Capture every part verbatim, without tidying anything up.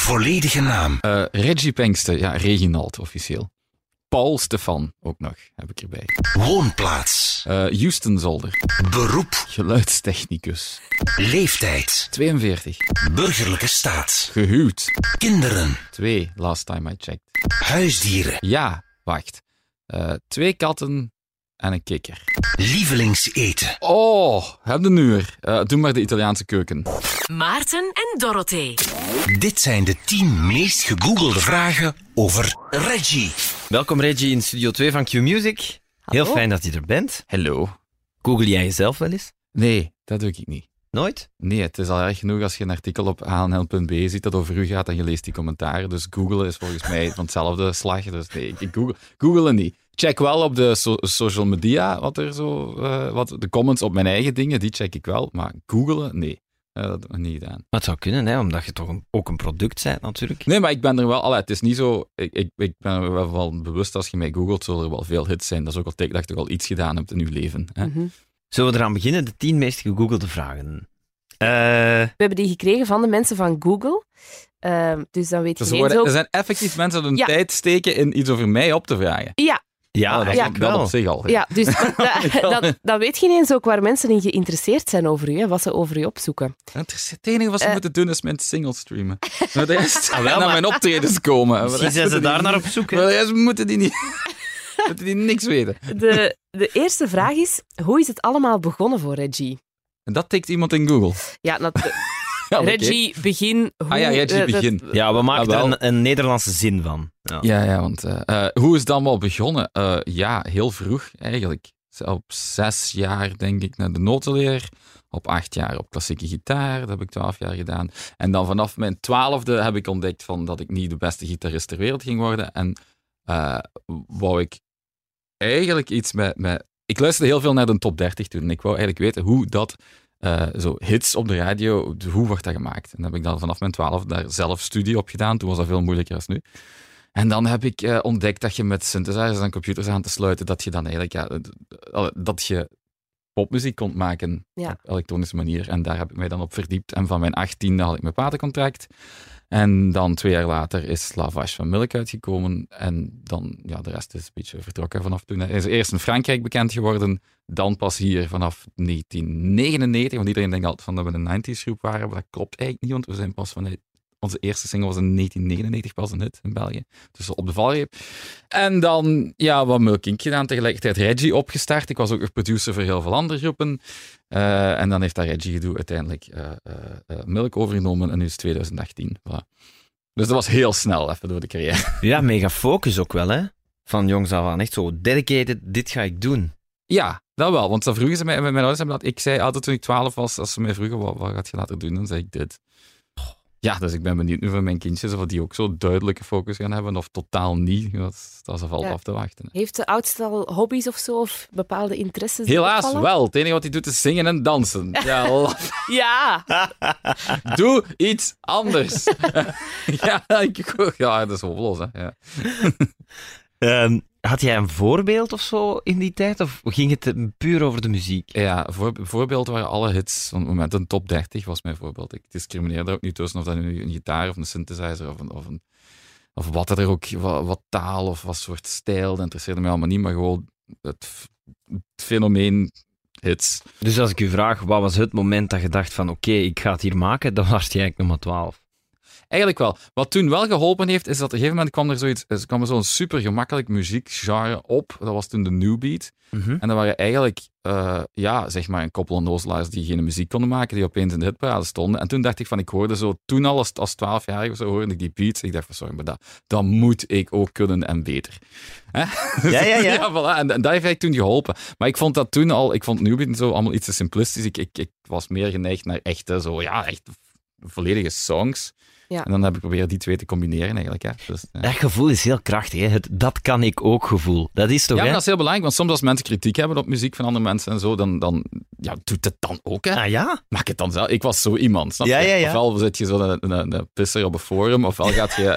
Volledige naam. Uh, Reggie Pengste, ja, Reginald officieel. Paul Stefan, ook nog, heb ik erbij. Woonplaats. Uh, Houston Zolder. Beroep. Geluidstechnicus. Leeftijd. tweeënveertig. Burgerlijke staat. Gehuwd. Kinderen. Twee, last time I checked. Huisdieren. Ja, wacht. Uh, twee katten en een kikker. Lievelingseten. Oh, heb de nuur. Uh, doe maar de Italiaanse keuken. Maarten en Dorothee. Dit zijn de tien meest gegoogelde vragen over Reggie. Welkom Reggie in Studio twee van Q-Music. Heel fijn dat je er bent. Hallo. Google jij jezelf wel eens? Nee, dat doe ik niet. Nooit? Nee, het is al erg genoeg als je een artikel op a n l punt b e ziet dat over u gaat en je leest die commentaren. Dus googlen is volgens mij van hetzelfde slag. Dus nee, ik google, googelen niet. Check wel op de so- social media wat er zo, uh, wat, de comments op mijn eigen dingen, die check ik wel. Maar googelen, nee. Uh, dat heb ik niet gedaan. Maar het zou kunnen, hè, omdat je toch een, ook een product bent, natuurlijk. Nee, maar ik ben er wel... Allee, het is niet zo... Ik, ik, ik ben er wel, wel bewust, als je mij googelt, zullen er wel veel hits zijn. Dat is ook al teken dat je toch al iets gedaan hebt in je leven. Hè? Mm-hmm. Zullen we eraan beginnen? De tien meest gegoogelde vragen. Uh... We hebben die gekregen van de mensen van Google. Uh, dus dan weet je dus er, worden, ook... er zijn effectief mensen die hun ja. tijd steken in iets over mij op te vragen. Ja. Ja, oh, dat ja. is wel op zich al. Ja, dus dan, dan weet je ineens ook waar mensen in geïnteresseerd zijn over u, hè, wat ze over u opzoeken. Het enige wat ze uh, moeten doen is mijn single streamen. Maar de rest ah, wel, naar mijn optredens komen. Misschien zijn ze daar naar op zoek. Maar de rest moeten die niet... moeten die niks weten. De, de eerste vraag is, hoe is het allemaal begonnen voor Reggie? En dat tikt iemand in Google. Ja, dat... Ja, okay. Reggie, begin. Hoe, ah ja, Reggie, uh, begin. Dat... Ja, we maken ah, er een, een Nederlandse zin van. Ja, ja, ja want uh, uh, hoe is het allemaal begonnen? Uh, ja, heel vroeg eigenlijk. Op zes jaar denk ik naar de notenleer. Op acht jaar op klassieke gitaar. Dat heb ik twaalf jaar gedaan. En dan vanaf mijn twaalfde heb ik ontdekt van dat ik niet de beste gitarist ter wereld ging worden. En uh, wou ik eigenlijk iets met, met... Ik luisterde heel veel naar de top dertig toen. En ik wou eigenlijk weten hoe dat... Uh, zo hits op de radio, hoe wordt dat gemaakt? En dan heb ik dan vanaf mijn twaalf daar zelf studie op gedaan. Toen was dat veel moeilijker als nu. En dan heb ik uh, ontdekt dat je met synthesizers en computers aan te sluiten, dat je dan eigenlijk, ja, dat je popmuziek kon maken ja. op elektronische manier. En daar heb ik mij dan op verdiept. En van mijn achttiende had ik mijn platencontract. En dan twee jaar later is La Vache van Milk uitgekomen. En dan, ja, de rest is een beetje vertrokken vanaf toen. Hij is eerst in Frankrijk bekend geworden, dan pas hier vanaf negentien negenennegentig. Want iedereen denkt altijd van dat we een nineties groep waren, maar dat klopt eigenlijk niet, want we zijn pas vanuit... Onze eerste single was in negentien negenennegentig pas een hit in België. Dus op de valreep. En dan, ja, wat Milk Inc gedaan. Tegelijkertijd Reggie opgestart. Ik was ook nog producer voor heel veel andere groepen. Uh, en dan heeft dat Reggie-gedoe uiteindelijk uh, uh, uh, Milk overgenomen. En nu is het twintig achttien. Voilà. Dus dat was heel snel even door de carrière. Ja, mega focus ook wel, hè? Van jongs af aan. Echt zo dedicated, dit ga ik doen. Ja, dat wel. Want dan vroegen ze mij, mijn ouders hebben dat... Ik zei altijd toen ik twaalf was, als ze mij vroegen, wat, wat gaat je later doen? Dan zei ik dit. Ja, dus ik ben benieuwd nu van mijn kindjes of die ook zo duidelijke focus gaan hebben of totaal niet. Dat, dat is valt ja. af te wachten. Hè. Heeft de oudste al hobby's of zo, of bepaalde interesses? Helaas opvallen? wel. Het enige wat hij doet is zingen en dansen. Ja, ja. Doe iets anders. ja, ik, ja, dat is hopeloos. Hè. Ja. um, had jij een voorbeeld of zo in die tijd? Of ging het puur over de muziek? Ja, voor, voorbeeld waren alle hits. Van het moment een top dertig was mijn voorbeeld. Ik discrimineer daar ook niet tussen of dat nu een gitaar of een synthesizer of, een, of, een, of wat er ook, wat, wat taal of wat soort stijl, dat interesseerde mij allemaal niet, maar gewoon het, het fenomeen hits. Dus als ik u vraag, wat was het moment dat je dacht van oké, okay, ik ga het hier maken, dan was je eigenlijk nog maar twaalf. Eigenlijk wel. Wat toen wel geholpen heeft, is dat op een gegeven moment kwam er zoiets, er kwam er zo'n super gemakkelijk muziekgenre op. Dat was toen de New Beat. Mm-hmm. En dat waren eigenlijk, uh, ja, zeg maar, een koppel onnozelaars die geen muziek konden maken, die opeens in de hitparade stonden. En toen dacht ik van, ik hoorde zo, toen al als, als twaalfjarige of zo, hoorde ik die beats. Ik dacht van, sorry, maar dat, dat moet ik ook kunnen en beter. Hè? Ja, ja, ja. ja voilà. En, en dat heeft eigenlijk toen geholpen. Maar ik vond dat toen al, ik vond New Beat zo allemaal iets te simplistisch. Ik, ik, ik was meer geneigd naar echte, zo, ja, echt volledige songs. Ja. En dan heb ik proberen die twee te combineren eigenlijk. Hè. Dus, ja. Dat gevoel is heel krachtig. Hè? Het dat kan ik ook gevoel. Dat is toch, ja, hè? dat is heel belangrijk. Want soms als mensen kritiek hebben op muziek van andere mensen en zo, dan, dan ja, doet het dan ook. Hè. Ah ja? Maak het dan zelf. Ik was zo iemand. Snap je? Ja, ja, ja. Ofwel zit je zo een, een, een pisser op een forum, ofwel gaat je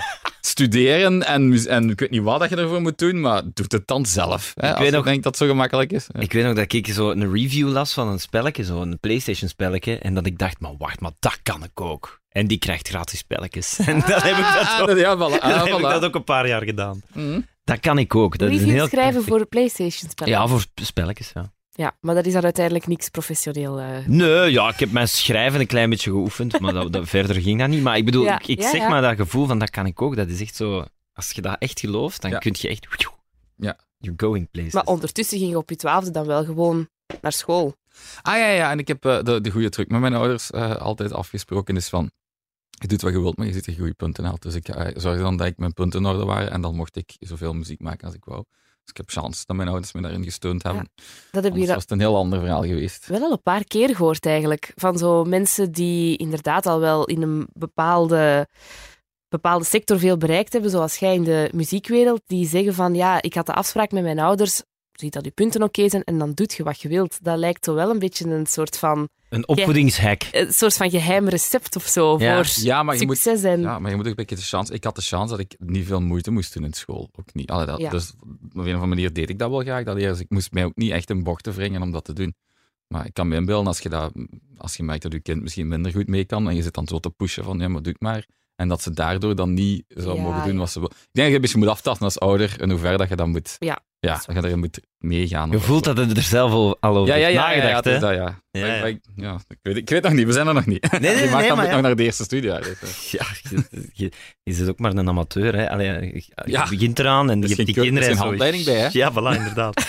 studeren en, mu- en ik weet niet wat dat je ervoor moet doen, maar doe het dan zelf. Hè, als weet je nog- denkt dat het zo gemakkelijk is. Ja. Ik weet nog dat ik zo een review las van een spelletje, zo'n PlayStation-spelletje, en dat ik dacht, maar wacht, maar dat kan ik ook. En die krijgt gratis spelletjes. En dan heb ik dat, Ah, ook, dat- ja, voilà. dan Ah, heb ik voilà. dat ook een paar jaar gedaan. Mhm. Dat kan ik ook. Dat is een Reviews heel schrijven krachtig- voor PlayStation-spellen. Ja, voor sp- spelletjes, ja. Ja, maar dat is dan uiteindelijk niks professioneel. eh. Nee, ja, ik heb mijn schrijven een klein beetje geoefend, maar dat, dat, verder ging dat niet. Maar ik bedoel, Ja, ik, ik ja, zeg ja. maar dat gevoel van, dat kan ik ook. Dat is echt zo... Als je dat echt gelooft, dan Ja. kun je echt... Ja. You're going places. Maar ondertussen ging je op je twaalfde dan wel gewoon naar school. Ah ja, ja, en ik heb eh, de, de goede truc met mijn ouders eh, altijd afgesproken, is van, je doet wat je wilt, maar je ziet er goede punten uit. Dus ik uh, zorgde dan dat ik mijn punten in orde waren en dan mocht ik zoveel muziek maken als ik wou. Dus ik heb chance dat mijn ouders me daarin gesteund hebben. Dat heb je Anders was het een heel ander verhaal geweest. wel al een paar keer gehoord eigenlijk. Van zo mensen die inderdaad al wel in een bepaalde, bepaalde sector veel bereikt hebben, zoals jij in de muziekwereld, die zeggen van ja, ik had de afspraak met mijn ouders, ziet dat je punten oké zijn en dan doet je wat je wilt. Dat lijkt zo wel een beetje een soort van, Een opvoedingshack. een soort van geheim recept of zo Ja. voor Ja, maar je moet, succes. En... ja, maar je moet ook een beetje de chance... Ik had de chance dat ik niet veel moeite moest doen in school. Ook niet. Allee, dat, Ja. Dus op een of andere manier deed ik dat wel graag. Dat eerst. Ik moest mij ook niet echt in bochten wringen om dat te doen. Maar ik kan me inbeelden, als je, dat, als je merkt dat je kind misschien minder goed mee kan, en je zit dan zo te pushen van, ja, maar doe het maar. En dat ze daardoor dan niet zou Ja, mogen doen ja. wat ze wil. Ik denk dat je een beetje moet aftasten als ouder, in hoeverre dat je dan moet... Ja. Ja, dat je erin moet meegaan. Je of voelt zo. dat je er zelf al al over Ja, ja, hebt ja, ja, ja, nagedacht, het is hè? dat, ja. Ja, Maar ik- ja. maar ik- ja, ik, weet, ik weet nog niet, we zijn er nog niet. nee, nee, Die maakt nee, dan maar moet ja. nog naar de eerste studie uit. Dus, eh. Ja, je, je, je zit ook maar een amateur, hè. Allee, je, je Ja. begint eraan en Er je is hebt die geen keur- er is kinderen... geen en zo. handleiding bij, hè? Ja, voilà, inderdaad.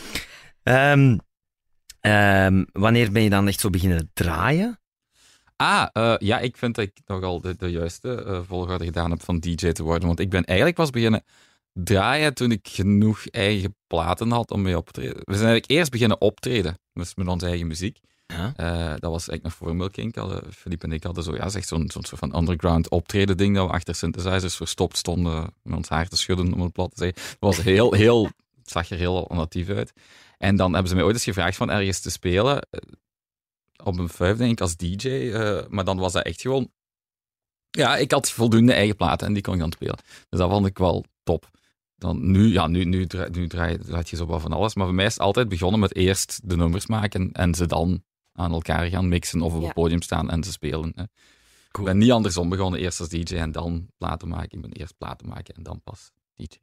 Ehm, ehm, wanneer ben je dan echt zo beginnen draaien? Ah, eh, ja, ik vind dat ik nogal de, de juiste eh, volgorde gedaan heb van D J te worden. Want ik ben eigenlijk pas beginnen draaien toen ik genoeg eigen platen had om mee op te treden. We zijn eigenlijk eerst beginnen optreden, dus met onze eigen muziek. Ja. Eh, dat was eigenlijk nog voor Milk Inc. Hadden, Philippe en ik hadden zo, ja, zeg, zo'n zo'n soort van underground optreden ding, dat we achter synthesizers verstopt stonden met ons haar te schudden, om het plat te zeggen. Het was heel, heel, het zag er heel natief uit. En dan hebben ze mij ooit eens gevraagd van ergens te spelen, eh, op een vijf, denk ik, als D J. eh, maar dan was dat echt gewoon... Ja, ik had voldoende eigen platen en die kon ik dan spelen. Dus dat vond ik wel top. Dan nu, ja, nu, nu, draai, nu draai, draait je zo wel van alles. Maar voor mij is het altijd begonnen met eerst de nummers maken en ze dan aan elkaar gaan mixen of op Ja. het podium staan en ze spelen. Hè. Ik ben niet andersom begonnen. Eerst als D J en dan platen maken. Ik ben eerst platen maken en dan pas D J.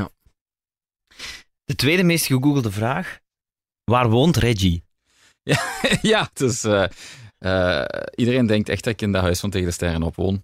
De tweede meest gegoogelde vraag. Waar woont Reggie? Ja, dus eh, eh, iedereen denkt echt dat ik in dat huis van Tegen de Sterren op woon.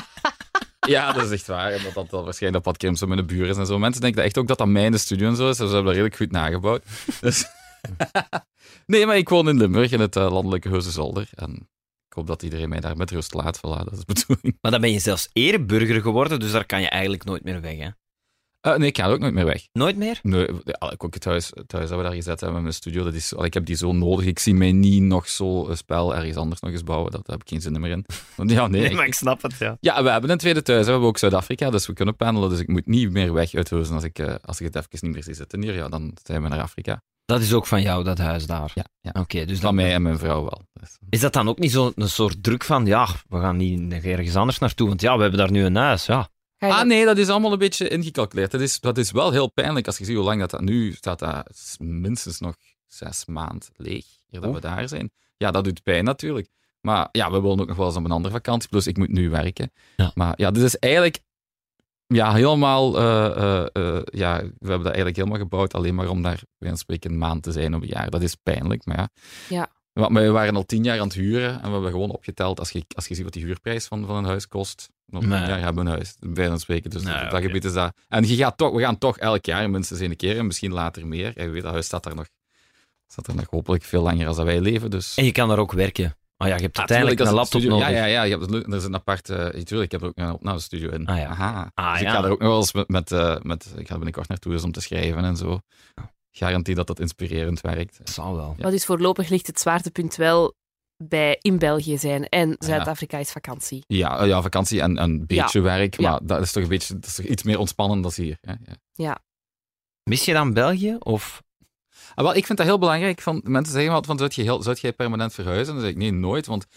Ja, dat is echt waar. En dat dat dan waarschijnlijk op Pad Crimson met de buren is en zo. Mensen denken echt ook dat dat mijn studio en zo is. Dus ze hebben dat redelijk goed nagebouwd. Dus nee, maar ik woon in Limburg, in het uh, landelijke Heusden-Zolder. En ik hoop dat iedereen mij daar met rust laat. Voilà, dat is de bedoeling. Maar dan ben je zelfs ereburger geworden, dus daar kan je eigenlijk nooit meer weg, hè? Uh, nee, ik ga er ook nooit meer weg. Nooit meer? Nee, ja, ook het huis, het huis dat we daar gezet hebben, mijn studio, dat is, ik heb die zo nodig. Ik zie mij niet nog zo een spel ergens anders nog eens bouwen. Dat, daar heb ik geen zin meer in. Want ja, nee, Nee, ik- maar ik snap het, ja. Ja, we hebben een tweede thuis. We hebben ook Zuid-Afrika, dus we kunnen pendelen. Dus ik moet niet meer weg uit Heusden. Als ik, uh, als ik het even niet meer zie zitten hier, ja, dan zijn we naar Afrika. Dat is ook van jou, dat huis daar. Ja, ja. Oké, dus Van dan... mij en mijn vrouw wel. Dus. Is dat dan ook niet zo'n soort druk van, ja, we gaan niet ergens anders naartoe, want ja, we hebben daar nu een huis, ja. Ga je Ah dat- nee, dat is allemaal een beetje ingecalculeerd. Dat is, dat is wel heel pijnlijk als je ziet hoe lang dat, dat nu staat. Dat is minstens nog zes maanden leeg, eer dat Oh. we daar zijn. Ja, dat doet pijn natuurlijk. Maar ja, we willen ook nog wel eens op een andere vakantie. Plus, ik moet nu werken. Ja. Maar ja, dit is eigenlijk... Ja, helemaal... eh, eh, eh, ja, we hebben dat eigenlijk helemaal gebouwd alleen maar om daar, bij een spreken, een maand te zijn op een jaar. Dat is pijnlijk, maar ja. Ja. Maar we waren al tien jaar aan het huren en we hebben gewoon opgeteld, als je, als je ziet wat die huurprijs van, van een huis kost, dan Nee. ja, hebben we een huis, bij een spreken. Dus Nee, op dat oké. gebied is dat... En je gaat toch, we gaan toch elk jaar minstens één keer en misschien later meer. En je weet, dat huis staat daar nog, staat er nog hopelijk veel langer dan wij leven. Dus... En je kan daar ook werken. Oh ja, je hebt Ah, uiteindelijk tuurlijk, een dat is laptop studio. nodig. Ja, ja, ja. Je hebt, er is een apart... Uh, natuurlijk, ik heb er ook een opnamestudio in. Ah, ja. Aha. Ah, dus ik ja. ga er ook nog wel eens met... met, uh, met ik ga er binnenkort naartoe eens om te schrijven en zo. Garantie dat dat inspirerend werkt. Dat zal wel. Ja. Maar dus voorlopig ligt het zwaartepunt wel bij in België zijn. En Zuid-Afrika is vakantie. Ja, ja, vakantie en een beetje werk, maar Ja. dat is toch een beetje dat is toch iets meer ontspannend dan hier. Hè? Ja. Ja. Mis je dan België? Of... Ah, wel, ik vind dat heel belangrijk. Van, mensen zeggen wel van, zou je, heel, zou jij permanent verhuizen? Dan zeg ik, nee, nooit, want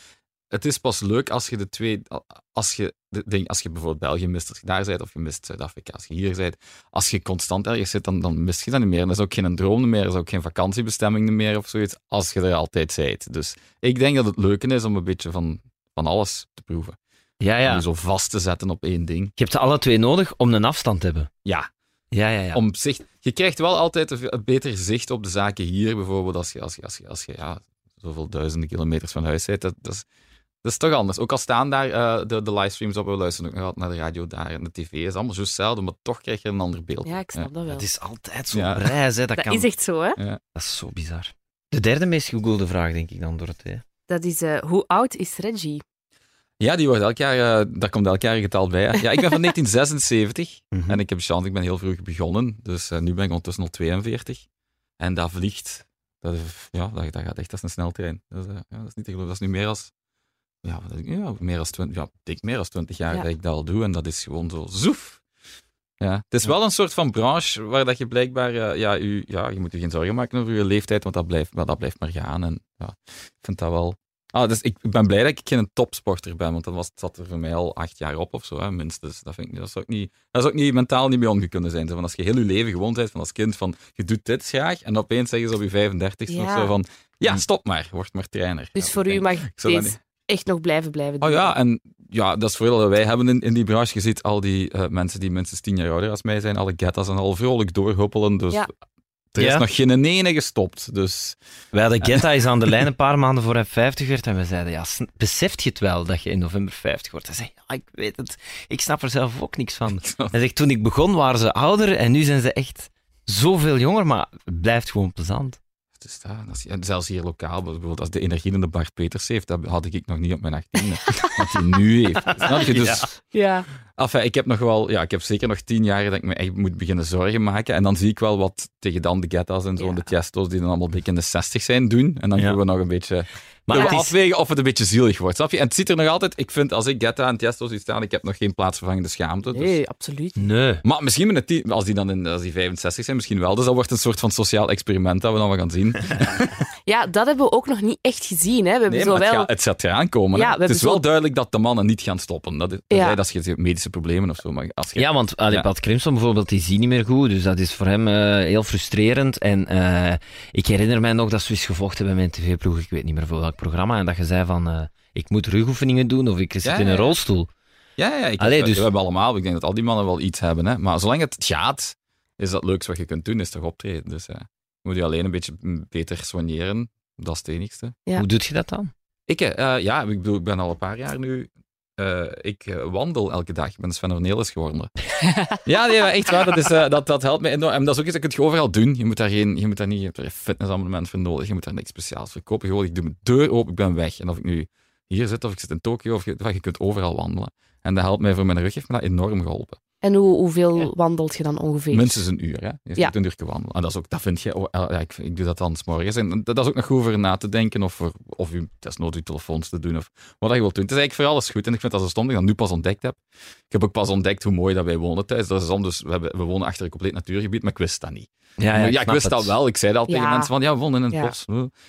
het is pas leuk als je de twee... Als je, de, ding, als je bijvoorbeeld België mist, als je daar bent, of je mist Zuid-Afrika, als je hier bent. Als je constant ergens zit, dan, dan mist je dat niet meer. En dat is ook geen droom meer, dat is ook geen vakantiebestemming meer of zoiets, als je er altijd bent. Dus ik denk dat het leuke is om een beetje van, van alles te proeven. Ja, ja. Om je zo vast te zetten op één ding. Je hebt ze alle twee nodig om een afstand te hebben. Ja. Ja, ja, ja. Om zicht, je krijgt wel altijd een, een beter zicht op de zaken hier, bijvoorbeeld als je, als je, als je, als je ja, zoveel duizenden kilometers van huis bent. Dat, dat, is, dat is toch anders. Ook al staan daar uh, de, de livestreams op, we luisteren ook nog altijd naar de radio daar en de tv. is allemaal zo hetzelfde, maar toch krijg je een ander beeld. Ja, ik snap Ja. dat wel. Dat is altijd zo'n Ja. reis, hè. Dat, Dat kan... is echt zo, hè? Ja. Dat is zo bizar. De derde meest gegoogelde vraag, denk ik dan, Dorothee. Dat is, uh, hoe oud is Reggie? Ja, die wordt elk jaar, uh, daar komt elk jaar een getal bij. Hè. Ja, ik ben van negentien zesenzeventig Mhm. en ik heb de chance, ik ben heel vroeg begonnen. Dus uh, nu ben ik ondertussen al tweeënveertig. En dat vliegt. Dat, is- ja, dat, dat gaat echt als een sneltrein. Dat is, uh, ja, dat is niet te geloven. Dat is nu meer als, ja, wat denk ik, ja, meer als twintig, ja, dik meer als twintig jaar Ja. dat ik dat al doe. En dat is gewoon zo zoef. Ja, het is wel een soort van branche waar dat je blijkbaar, uh, ja, u, ja, je moet je geen zorgen maken over je leeftijd, want dat blijft, maar dat blijft maar gaan. En ja, ik vind dat wel... Ah, dus ik ben blij dat ik geen topsporter ben, want dan was, zat er voor mij al acht jaar op of zo, hè, minstens. Dat, vind ik, dat, zou ik niet, dat zou ik niet mentaal niet mee om kunnen zijn. Zo van als je heel je leven gewoon bent van als kind van je doet dit graag en opeens zeggen ze op je vijfendertigste Ja. of zo van ja, stop maar, word maar trainer. Dus Ja, voor ik u denk, mag ik zou dat deze niet- echt nog blijven blijven doen. Oh ja, en ja, dat is vooral dat wij hebben in, in die branche. Je ziet al die uh, mensen die minstens tien jaar ouder als mij zijn, alle getta's en al vrolijk doorhuppelen. Dus Ja. er is Ja. nog geen ene gestopt. Dus Wij hadden Getta is aan de lijn een paar maanden voor hij vijftig werd en we zeiden, ja, sn- beseft je het wel dat je in november vijftig wordt? Hij zei, ja, ik weet het. Ik snap er zelf ook niks van. Hij zegt, toen ik begon waren ze ouder en nu zijn ze echt zoveel jonger, maar het blijft gewoon plezant. Dus dat, dat is- en zelfs hier lokaal, bijvoorbeeld als de energie die de Bart Peters heeft, dat had ik nog niet op mijn achttiende. Wat hij nu heeft. Snap je? Dus, Ja. Ja. enfin, ik heb nog wel, ja, ik heb zeker nog tien jaar dat ik me echt moet beginnen zorgen maken. En dan zie ik wel wat tegen dan de Getta's en zo, Ja. en de Tiesto's die dan allemaal dik in de zestig zijn, doen. En dan Ja. kunnen we nog een beetje Maar kunnen het we is- afwegen of het een beetje zielig wordt. Snap je? En het ziet er nog altijd, ik vind, als ik Getta en Tiesto's zie staan, ik heb nog geen plaatsvervangende schaamte. Dus. Nee, absoluut. Nee. Maar misschien met het die- als die dan in, als die vijfenzestig zijn, misschien wel. Dus dat wordt een soort van sociaal experiment dat we dan wel gaan zien. Ja, dat hebben we ook nog niet echt gezien. Hè. We hebben Nee, zo maar het, wel... gaat, het gaat eraan komen. Ja, hè. we Het is hebben wel zo- duidelijk dat de mannen niet gaan stoppen. Dat is, Ja. dat is geen medische problemen of zo. Maar als je, Ja, want allee, Ja. Pat Crimson bijvoorbeeld, die ziet niet meer goed, dus dat is voor hem eh, heel frustrerend. En eh, ik herinner mij nog dat ze eens gevochten bij mijn tv-ploeg, ik weet niet meer voor welk programma, en dat je zei van, eh, ik moet rugoefeningen doen of ik zit Ja, in een ja. rolstoel. ja, ja, ik, Allee, we- dus- we hebben allemaal. Ik denk dat al die mannen wel iets hebben. Hè. Maar zolang het gaat, is dat het leukste wat je kunt doen, is toch optreden. Dus ja, je moet je alleen een beetje mm, beter soigneren. Dat is het enigste. Ja. Hoe doe je dat dan? Ik, eh, ja, ik bedoel, ik ben al een paar jaar nu... eh, ik eh, wandel elke dag. Ik ben Sven Ornelis geworden. ja, nee, maar echt waar. Dat, is, eh, dat, dat helpt mij enorm. En dat is ook iets dat je overal doen. Je moet daar geen, je moet daar niet, je hebt er een fitnessabonnement voor nodig. Je moet daar niks speciaals verkopen. Gewoon, ik doe mijn deur open, ik ben weg. En of ik nu hier zit, of ik zit in Tokio, of je, je kunt overal wandelen. En dat helpt mij voor mijn rug, heeft me dat enorm geholpen. En hoe, hoeveel Ja. wandelt je dan ongeveer? Minstens een uur, hè. Je Ja. moet een uur wandelen. En dat is ook, dat vind je, oh, ja, ik, ik doe dat dan 's morgens. En dat is ook nog goed voor na te denken, of voor, of u desnoods uw telefoons te doen, of wat je wilt doen. Het is eigenlijk voor alles goed. En ik vind dat zo stom dat ik dat nu pas ontdekt heb. Ik heb ook pas ontdekt hoe mooi dat wij wonen thuis. Dat is om, dus we, hebben, we wonen achter een compleet natuurgebied, maar ik wist dat niet. Ja, Ja, ik, snap wist het. dat wel. Ik zei dat al tegen Ja. mensen van, ja, we wonen in het Ja. bos.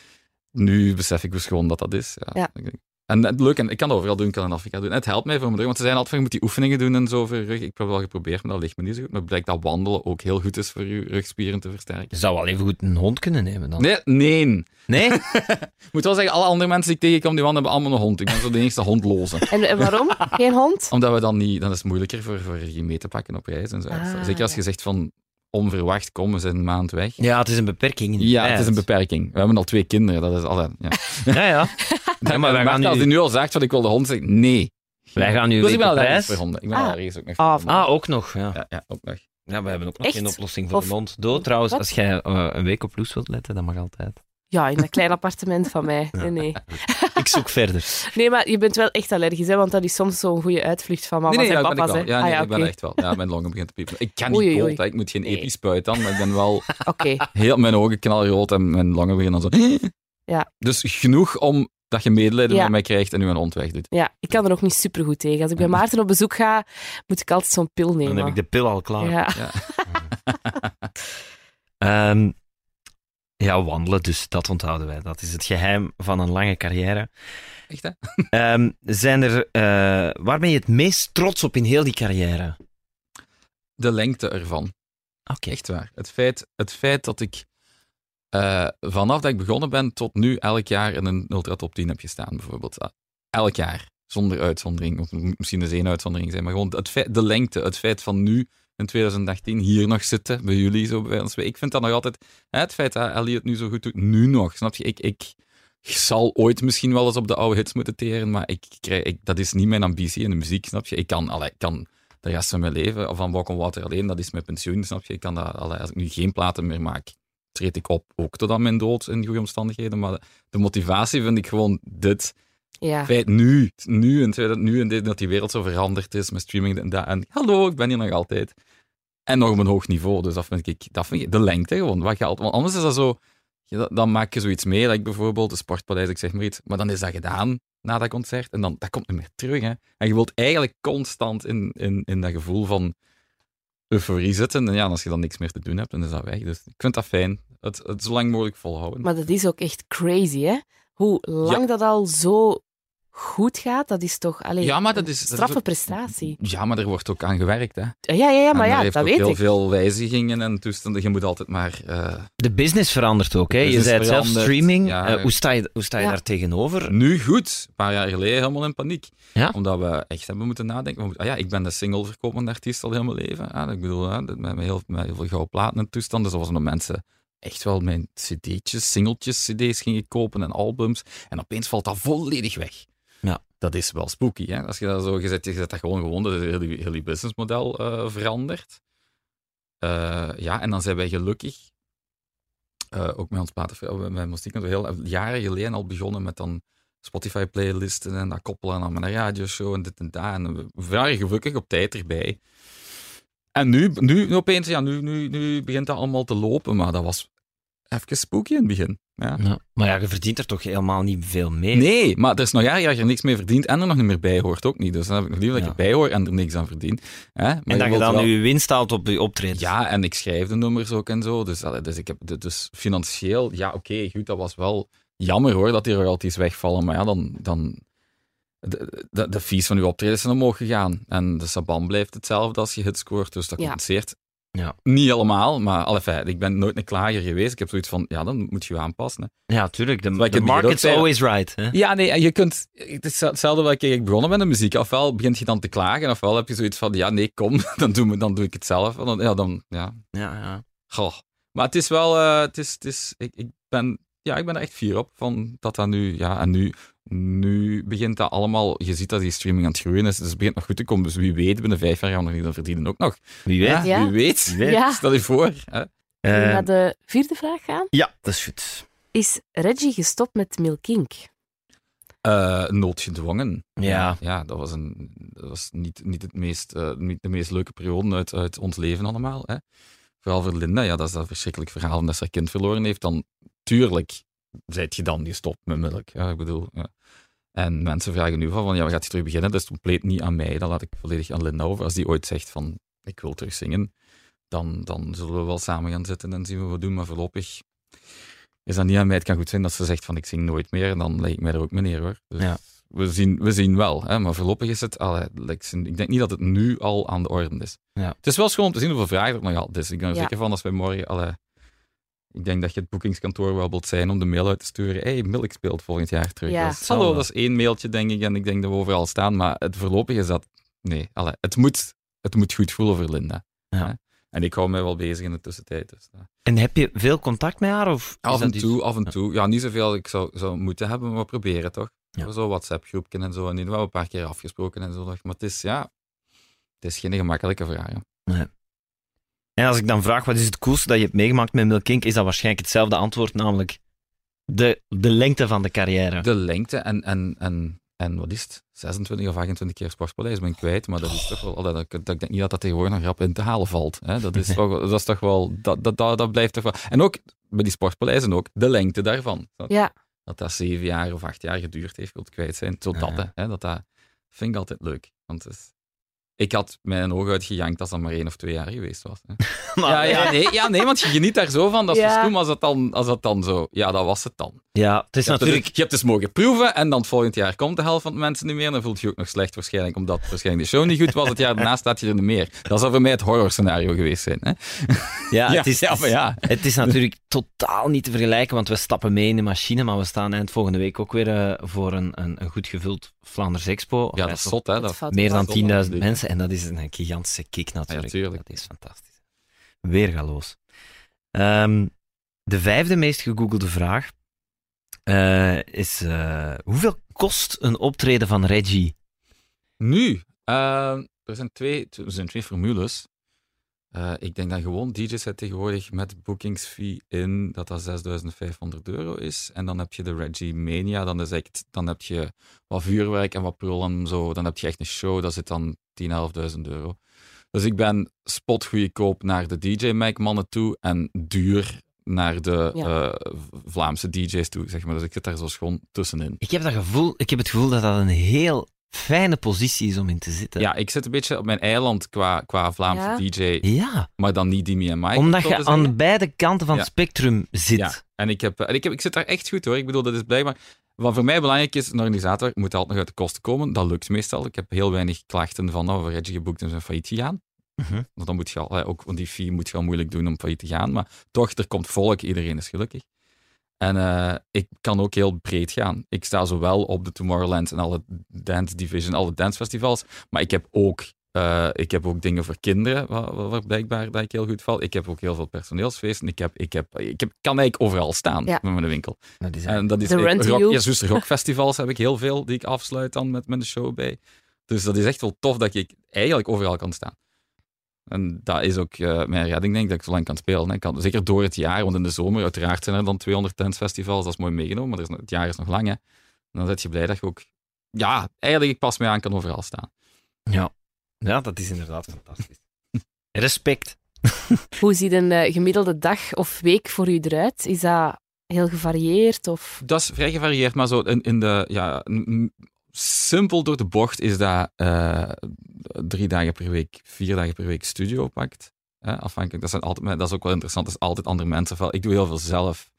Nu besef ik dus gewoon dat dat is. Ja. Ja. En het leuk, en ik kan dat overal doen, ik kan in Afrika doen. En het helpt mij voor mijn rug, want ze zijn altijd van, je moet die oefeningen doen en zo voor je rug. Ik heb het wel geprobeerd, maar dat ligt me niet zo goed. Maar het blijkt dat wandelen ook heel goed is voor je rugspieren te versterken. Je zou wel even goed een hond kunnen nemen dan. Nee, nee. Nee? Ik moet wel zeggen, alle andere mensen die ik tegenkom, die wandelen hebben allemaal een hond. Ik ben zo de enige hondloze. En, en waarom? Geen hond? Omdat we dan niet, dan is het moeilijker voor, voor je mee te pakken op reis en zo. Ah, Zeker als je ja. zegt van, onverwacht, kom, we zijn een maand weg. Ja, het is een beperking in de Ja, tijd. het is een beperking. We hebben al twee kinderen, dat is altijd... Ja. Ja, ja. Ja, maar wij gaan Als nu, hij nu al zegt van ik wil de hond, zeg ik nee. wij gaan nu Dus een ik ben week op allergisch reis. voor honden. Ik ben Ah. allergisch ook nog voor Ah, honden. Ah, ook nog, ja. Ja, ja, ook nog. Ja, we hebben ook nog Echt? geen oplossing voor Of- de hond. Dood trouwens, Wat? als jij eh, een week op Loes wilt letten, dat mag altijd. Ja, in dat klein appartement van mij. Nee, nee. Ik zoek verder. Nee, maar je bent wel echt allergisch, hè? Want dat is soms zo'n goede uitvlucht van mama's Nee, nee, en ja, ben ik papa's. wel. Hè? Ja, nee, ah, ja, ik ben oké. echt wel. Ja, mijn longen beginnen te piepen. Ik kan niet Oei, oei, dood, oei. hè. Ik moet geen Nee. epispuit dan, maar ik ben wel Oké. heel mijn ogen knalrood en mijn longen beginnen dan zo. Ja. Dus genoeg om dat je medelijden Ja. met mij krijgt en nu een hond wegdoet. Ja, ik kan er ook niet super goed tegen. Als ik bij Maarten op bezoek ga, moet ik altijd zo'n pil nemen. Dan heb ik de pil al klaar. Ja. Ja. Ehm, Ja, wandelen, dus dat onthouden wij. Dat is het geheim van een lange carrière. Echt, hè? Um, zijn er, uh, waar ben je het meest trots op in heel die carrière? De lengte ervan. Oké. Okay. Echt waar. Het feit, het feit dat ik uh, vanaf dat ik begonnen ben tot nu elk jaar in een Ultra Top tien heb gestaan, bijvoorbeeld. Uh, elk jaar. Zonder uitzondering. Of misschien eens één uitzondering zijn. Maar gewoon het feit, de lengte. Het feit van nu in twintig achttien hier nog zitten, bij jullie zo bij ons. Ik vind dat nog altijd... Hè, het feit dat Ellie het nu zo goed doet, nu nog. Snap je? Ik... ik Ik zal ooit misschien wel eens op de oude hits moeten teren, maar ik krijg, ik, dat is niet mijn ambitie in de muziek, snap je? Ik kan, allee, ik kan de rest van mijn leven, of van Walk on Water alleen, dat is mijn pensioen, snap je? Ik kan dat, allee, als ik nu geen platen meer maak, treed ik op, ook tot aan mijn dood, in goede omstandigheden, maar de, de motivatie vind ik gewoon dit. Ja. Feit, nu, nu, in, nu in dit, dat die wereld zo veranderd is, met streaming en dat, en hallo, ik ben hier nog altijd. En nog op een hoog niveau, dus dat vind ik, dat vind ik de lengte gewoon, wat geldt. Want anders is dat zo... Ja, dan maak je zoiets mee, like bijvoorbeeld de Sportpaleis, ik zeg maar iets, maar dan is dat gedaan na dat concert en dan dat komt niet meer terug. Hè. En je wilt eigenlijk constant in, in, in dat gevoel van euforie zitten. En ja, als je dan niks meer te doen hebt, dan is dat weg. Dus ik vind dat fijn. Het, het zo lang mogelijk volhouden. Maar dat is ook echt crazy, hè? Hoe lang Ja. dat al zo goed gaat, dat is toch allee, Ja, maar dat een is- dat is straffe ook- prestatie. Ja, maar er wordt ook aan gewerkt. Hè. Ja, ja, ja, maar En ja, er heeft dat ook weet heel ik. veel wijzigingen en toestanden. Je moet altijd maar... eh, De business verandert ook. Hè? Je business zei het zelf, verandert, streaming. ja. Uh, hoe sta je, hoe sta je Ja. daar tegenover? Nu goed, een paar jaar geleden helemaal in paniek. Ja? Omdat we echt hebben moeten nadenken. We moeten- ah ja, ik ben de single-verkopende artiest al heel mijn leven. Ja, ik bedoel, hè, met, met, heel, met heel veel gouden platen en toestanden. Dus er waren mensen echt wel mijn cd'tjes, singeltjes, cd's gingen kopen en albums. En opeens valt dat volledig weg. Ja. Dat is wel spooky. Hè? Als je dat zo gezet, je zet dat gewoon gewoon, dat heel je, heel je businessmodel uh, verandert. Uh, ja, en dan zijn wij gelukkig, uh, ook met ons platen, met muziek, heel jaren geleden al begonnen met dan Spotify-playlisten en dat koppelen aan mijn radioshow en dit en dat. En we waren gelukkig op tijd erbij. En nu, nu opeens, ja, nu, nu, nu begint dat allemaal te lopen, maar dat was even spooky in het begin. Ja. Ja. Maar ja, je verdient er toch helemaal niet veel mee? Nee, maar het is nog erg dat je er niks mee verdient en er nog niet meer bij hoort ook niet. Dus dan heb ik nog liever dat Ja. ik erbij hoor en er niks aan verdien. Hè? Maar En dat je wilt dan wel- je winst haalt op je optreden. Ja, en ik schrijf de nummers ook en zo. Dus, allee, dus, ik heb, dus financieel, ja, oké, okay, goed, dat was wel jammer hoor, dat die royalties wegvallen. Maar ja, dan... dan de, de, de fees van uw optreden zijn omhoog gegaan. En de Saban blijft hetzelfde als je hit scoort, dus dat Ja. compenseert. Ja. Niet helemaal, maar allee, fijn, ik ben nooit een klager geweest. Ik heb zoiets van, ja, dan moet je je aanpassen. Hè. Ja, tuurlijk. De, Terwijl ik de in het begin market's ook zei- always right. Hè? Ja, nee, en je kunt... Het is hetzelfde wat ik begonnen ben met de muziek. Ofwel begint je dan te klagen, ofwel heb je zoiets van, ja, nee, kom, dan doe, me, dan doe ik het zelf. En dan, ja, dan, ja. Ja, ja. Goh. Maar het is wel... Uh, het is, het is, ik, ik, ben, ja, ik ben er echt fier op, van dat dat nu... Ja, en nu, nu begint dat allemaal... Je ziet dat die streaming aan het groeien is, dus het begint nog goed te komen. Dus wie weet, binnen vijf jaar gaan we nog niet verdienen ook nog. Wie weet. Ja, Ja. Wie weet. Wie weet. Ja. Stel je voor. Hè? Zullen we Eh, naar de vierde vraag gaan? ja, dat is goed. Is Reggie gestopt met Milk Inc? Uh, noodgedwongen. Ja. Ja, dat was, een, dat was niet, niet, het meest, uh, niet de meest leuke periode uit, uit ons leven allemaal. Hè. Vooral voor Linda, ja, dat is dat verschrikkelijk verhaal omdat ze haar kind verloren heeft. Dan, tuurlijk, zijt je dan gestopt met melk. Ja, ik bedoel, ja. En mensen vragen nu van, van, ja, we gaan je terug beginnen? Dat is compleet niet aan mij, dat laat ik volledig aan Linda over. Als die ooit zegt van, ik wil terug zingen, dan, dan zullen we wel samen gaan zitten en zien wat we doen, maar voorlopig is dat niet aan mij. Het kan goed zijn dat ze zegt van, ik zing nooit meer, en dan leg ik mij er ook mee neer, hoor. Dus Ja. we, zien, we zien wel, hè, maar voorlopig is het, allee, ik denk niet dat het nu al aan de orde is. Ja. Het is wel schoon om te zien hoeveel vragen er nog altijd is. Ik ben er Ja. zeker van als wij morgen, allee, ik denk dat je het boekingskantoor wel wilt zijn om de mail uit te sturen. Hey, Milk speelt volgend jaar terug. Ja. Dat is- Zal hallo, wel. dat is één mailtje, denk ik, en ik denk dat we overal staan, maar het voorlopig is dat, nee, allee, het, moet, het moet goed voelen voor Linda. Ja. Hè. En ik hou mij wel bezig in de tussentijd. Dus, ja. En heb je veel contact met haar? Of is Af dat en iets- toe, af en toe. Ja, niet zoveel als ik zou, zou moeten hebben, maar we proberen toch. Ja. Zo WhatsApp-groepje en zo. En die hebben we een paar keer afgesproken en zo. Maar het is, ja, het is geen gemakkelijke vraag. Hè. En als ik dan vraag, wat is het coolste dat je hebt meegemaakt met Milk Inc, is dat waarschijnlijk hetzelfde antwoord, namelijk de, de lengte van de carrière. De lengte en, en, en, en wat is het? zesentwintig of achtentwintig keer Sportpaleis ben ik kwijt, maar dat is toch wel, dat, dat, dat, ik denk niet dat dat tegenwoordig nog grap in te halen valt. Hè? Dat, is toch, dat is toch wel, dat, dat, dat, dat blijft toch wel. En ook bij die Sportpaleizen ook, de lengte daarvan. Dat, Ja, dat dat zeven jaar of acht jaar geduurd heeft, wil ik kwijt zijn. Zo dat, Ja. hè? Dat, dat vind ik altijd leuk. Want het is, ik had mijn ogen uitgejankt als dat maar één of twee jaar geweest was. Hè. Maar, Ja, ja, nee, ja, nee, want je geniet daar zo van. Dat is Ja. dus goed, maar als dat, dan, als dat dan zo... Ja, dat was het dan. ja, het is Je hebt, natuurlijk... het, je hebt dus mogen proeven en dan volgend jaar komt de helft van de mensen niet meer. Dan voelt je je ook nog slecht waarschijnlijk, omdat waarschijnlijk de show niet goed was. Het jaar daarna staat je er niet meer. Dat zou voor mij het horrorscenario geweest zijn. Hè? Ja, Ja, het is, ja, maar ja. het is natuurlijk totaal niet te vergelijken, want we stappen mee in de machine, maar we staan eind volgende week ook weer uh, voor een, een, een goed gevuld Vlaanders Expo. Ja, dat is zot, hè. Dat, valt Meer dan zot tienduizend natuurlijk. mensen en dat is een gigantische kick natuurlijk. Ja, tuurlijk. Dat is fantastisch. Weergaloos. Um, de vijfde meest gegoogelde vraag uh, is uh, hoeveel kost een optreden van Reggie? Nu, uh, er, zijn twee, er zijn twee formules. Uh, ik denk dat gewoon D J's het tegenwoordig met bookingsfee in dat dat zesduizend vijfhonderd euro is. En dan heb je de Reggie Mania, dan, is echt, dan heb je wat vuurwerk en wat prul en zo. Dan heb je echt een show, dat zit dan tienduizend euro. Dus ik ben spotgoedkoop naar de D J-Mac-mannen toe en duur naar de Ja. uh, Vlaamse D J's toe, zeg maar. Dus ik zit daar zo schoon tussenin. Ik heb, dat gevoel, ik heb het gevoel dat dat een heel fijne positie is om in te zitten. Ja, ik zit een beetje op mijn eiland qua, qua Vlaamse Ja. D J, Ja, maar dan niet Dimi en Mike. omdat om zo je te aan zeggen. beide kanten van Ja. het spectrum zit. Ja, en, ik, heb, en ik, heb, ik zit daar echt goed hoor. Ik bedoel, dat is blijkbaar... Wat voor mij belangrijk is, een organisator moet altijd nog uit de kosten komen. Dat lukt meestal. Ik heb heel weinig klachten van, nou, we Reggie geboekt en zijn failliet gegaan. Mhm. Want dan moet je al, ook, want die fee moet je al moeilijk doen om failliet te gaan. Maar toch, er komt volk, iedereen is gelukkig. En uh, ik kan ook heel breed gaan. Ik sta zowel op de Tomorrowland en alle dance division, alle dancefestivals, maar ik heb ook, uh, ik heb ook dingen voor kinderen, waar, waar blijkbaar dat ik heel goed val. Ik heb ook heel veel personeelsfeesten. Ik, heb, ik, heb, ik heb, kan eigenlijk overal staan Ja. met mijn winkel. Dat is En dat is De echt- Run to rock, You. ja, juist, rockfestivals heb ik heel veel die ik afsluit dan met mijn show bij. Dus dat is echt wel tof dat ik eigenlijk overal kan staan. En dat is ook uh, mijn redding, denk ik, dat ik zo lang kan spelen. Hè. Ik kan, zeker door het jaar, want in de zomer, uiteraard zijn er dan tweehonderd dancefestivals, dat is mooi meegenomen, maar er is, nog- het jaar is nog lang. Hè. En dan zit je blij dat je ook... Ja, eigenlijk, ik pas mij aan, kan overal staan. Ja. ja, dat is inderdaad fantastisch. Respect. Hoe ziet een eh, gemiddelde dag of week voor u eruit? Is dat heel gevarieerd? Of... Dat is vrij gevarieerd, maar zo in, in de... Ja, m- m- simpel door de bocht is dat uh, drie dagen per week, vier dagen per week studio pakt. Hè, afhankelijk, dat, zijn altijd, dat is ook wel interessant, dat is altijd andere mensen. Wel, ik doe heel veel zelf.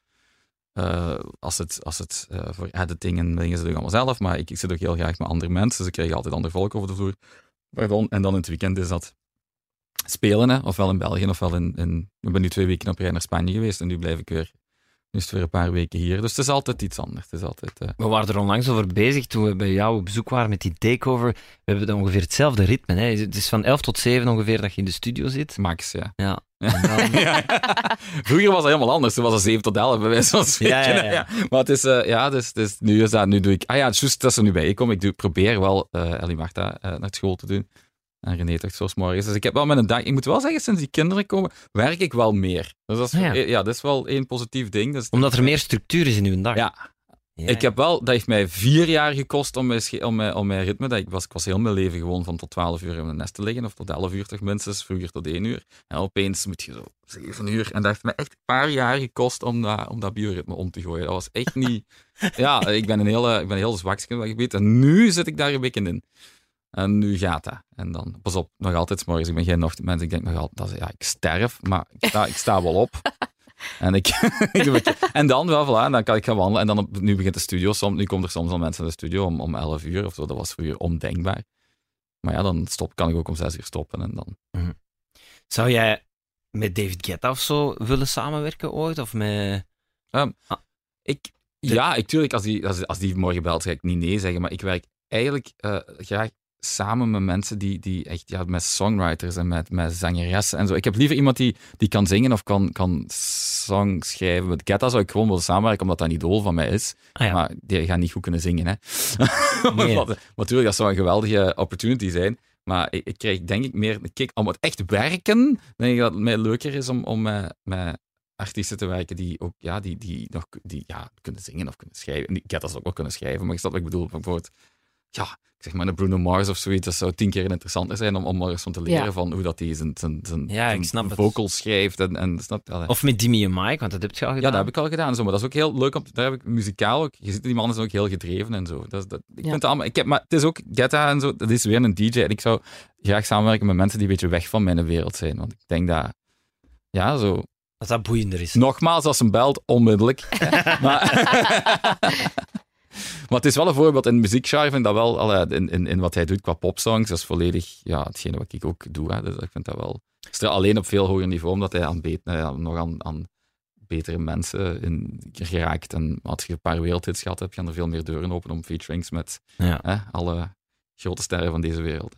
Uh, als het, als het uh, voor editing en dingen, ze doen allemaal zelf, maar ik, ik zit ook heel graag met andere mensen, dus ik krijg altijd ander volk over de vloer. Pardon. En dan in het weekend is dat spelen, hè, ofwel in België, ofwel in, in... Ik ben nu twee weken op rij naar Spanje geweest en nu blijf ik weer... Nu is het weer een paar weken hier, dus het is altijd iets anders. Het is altijd... Uh... We waren er onlangs over bezig toen we bij jou op bezoek waren met die takeover. We hebben dan ongeveer hetzelfde ritme. Hè. Het is van elf tot zeven ongeveer dat je in de studio zit. Max, ja. Ja. Ja. Ja. Vroeger was dat helemaal anders. Toen was het zeven tot elf bij wijze van spreken. Ja, ja, ja. Ja. Maar het is, uh, ja, dus, dus nu is dat, nu doe ik... Ah ja, het is juist dat ze er nu bij ik kom. Ik doe, probeer wel uh, Ellie Marta uh, naar school te doen. En René toch zoals morgens. Dus ik heb wel met een dag... Ik moet wel zeggen, sinds die kinderen komen, werk ik wel meer. Dus dat is, Ja. ja, dat is wel één positief ding. Dus Omdat er meer structuur is in uw dag. Ja. Ja, Ik heb wel... Dat heeft mij vier jaar gekost om mijn, sche- om mijn, om mijn ritme... Dat ik, was, ik was heel mijn leven gewoon van tot twaalf uur in mijn nest te liggen. Of tot elf uur toch minstens. Vroeger tot één uur. En opeens moet je zo zeven uur. En dat heeft mij echt een paar jaar gekost om dat, om dat bioritme om te gooien. Dat was echt niet... Ja, ik ben een hele, ik ben een heel zwakske op dat gebied. En nu zit ik daar een beetje in. En nu gaat dat. En dan, pas op, nog altijd 's morgens. Ik ben geen ochtendmens. Ik denk nog altijd, dat is, ja, ik sterf, maar ik sta, ik sta wel op. En, ik, ik doe het- en dan wel, voilà, en dan kan ik gaan wandelen. En dan op, nu begint de studio. Soms, nu komen er soms al mensen in de studio om, om elf uur of zo. Dat was vroeger ondenkbaar. Maar ja, dan stop, kan ik ook om zes uur stoppen. En dan... Zou jij met David Guetta of zo willen samenwerken ooit? Of met... Um, Ah. ik, ja, ik, tuurlijk, als die, als, als die morgen belt, ga ik niet nee zeggen. Maar ik werk eigenlijk uh, graag samen met mensen die, die echt, ja, met songwriters en met, met zangeressen en zo. Ik heb liever iemand die, die kan zingen of kan, kan song schrijven. Met Guetta zou ik gewoon willen samenwerken, omdat dat een idool van mij is. Ah, ja. Maar die gaat niet goed kunnen zingen, hè. Nee. Maar natuurlijk, dat zou een geweldige opportunity zijn. Maar ik, ik krijg denk ik meer een kick om het echt werken. Denk ik dat het mij leuker is om, om met, met artiesten te werken die ook, ja, die, die nog die, ja, kunnen zingen of kunnen schrijven. En die Guetta zou ook wel kunnen schrijven, maar ik snap wat ik bedoel. Bijvoorbeeld ja, ik zeg maar een Bruno Mars of zoiets, dat zou tien keer interessanter zijn om, om maar eens van te leren Ja. van hoe dat hij zijn, zijn, zijn, Ja, ik zijn snap het. vocals schrijft. En, en, snap, allee. Of met Dimi en Mike, want dat heb je al Ja, gedaan. dat heb ik al gedaan. Zo, maar dat is ook heel leuk. Om, daar heb ik muzikaal ook. Je ziet, die man is ook heel gedreven en zo. Dat is, dat, ik Ja. vind het allemaal. Ik heb, maar het is ook Getta en zo. Dat is weer een D J. En ik zou graag samenwerken met mensen die een beetje weg van mijn wereld zijn. Want ik denk dat. Ja, zo. Als dat boeiender is. Nogmaals, als een belt, onmiddellijk. maar, maar het is wel een voorbeeld. In muziekgenre vind ik dat wel. Allee, in, in, in wat hij doet qua popsongs, dat is volledig ja, hetgene wat ik ook doe. Hè. Dus ik vind dat wel. Is er alleen op veel hoger niveau, omdat hij aan beet, ja, nog aan. aan betere mensen in geraakt. En als je een paar wereldhits gehad hebt, gaan er veel meer deuren open om featurings met Ja. hè, alle grote sterren van deze wereld. Hè.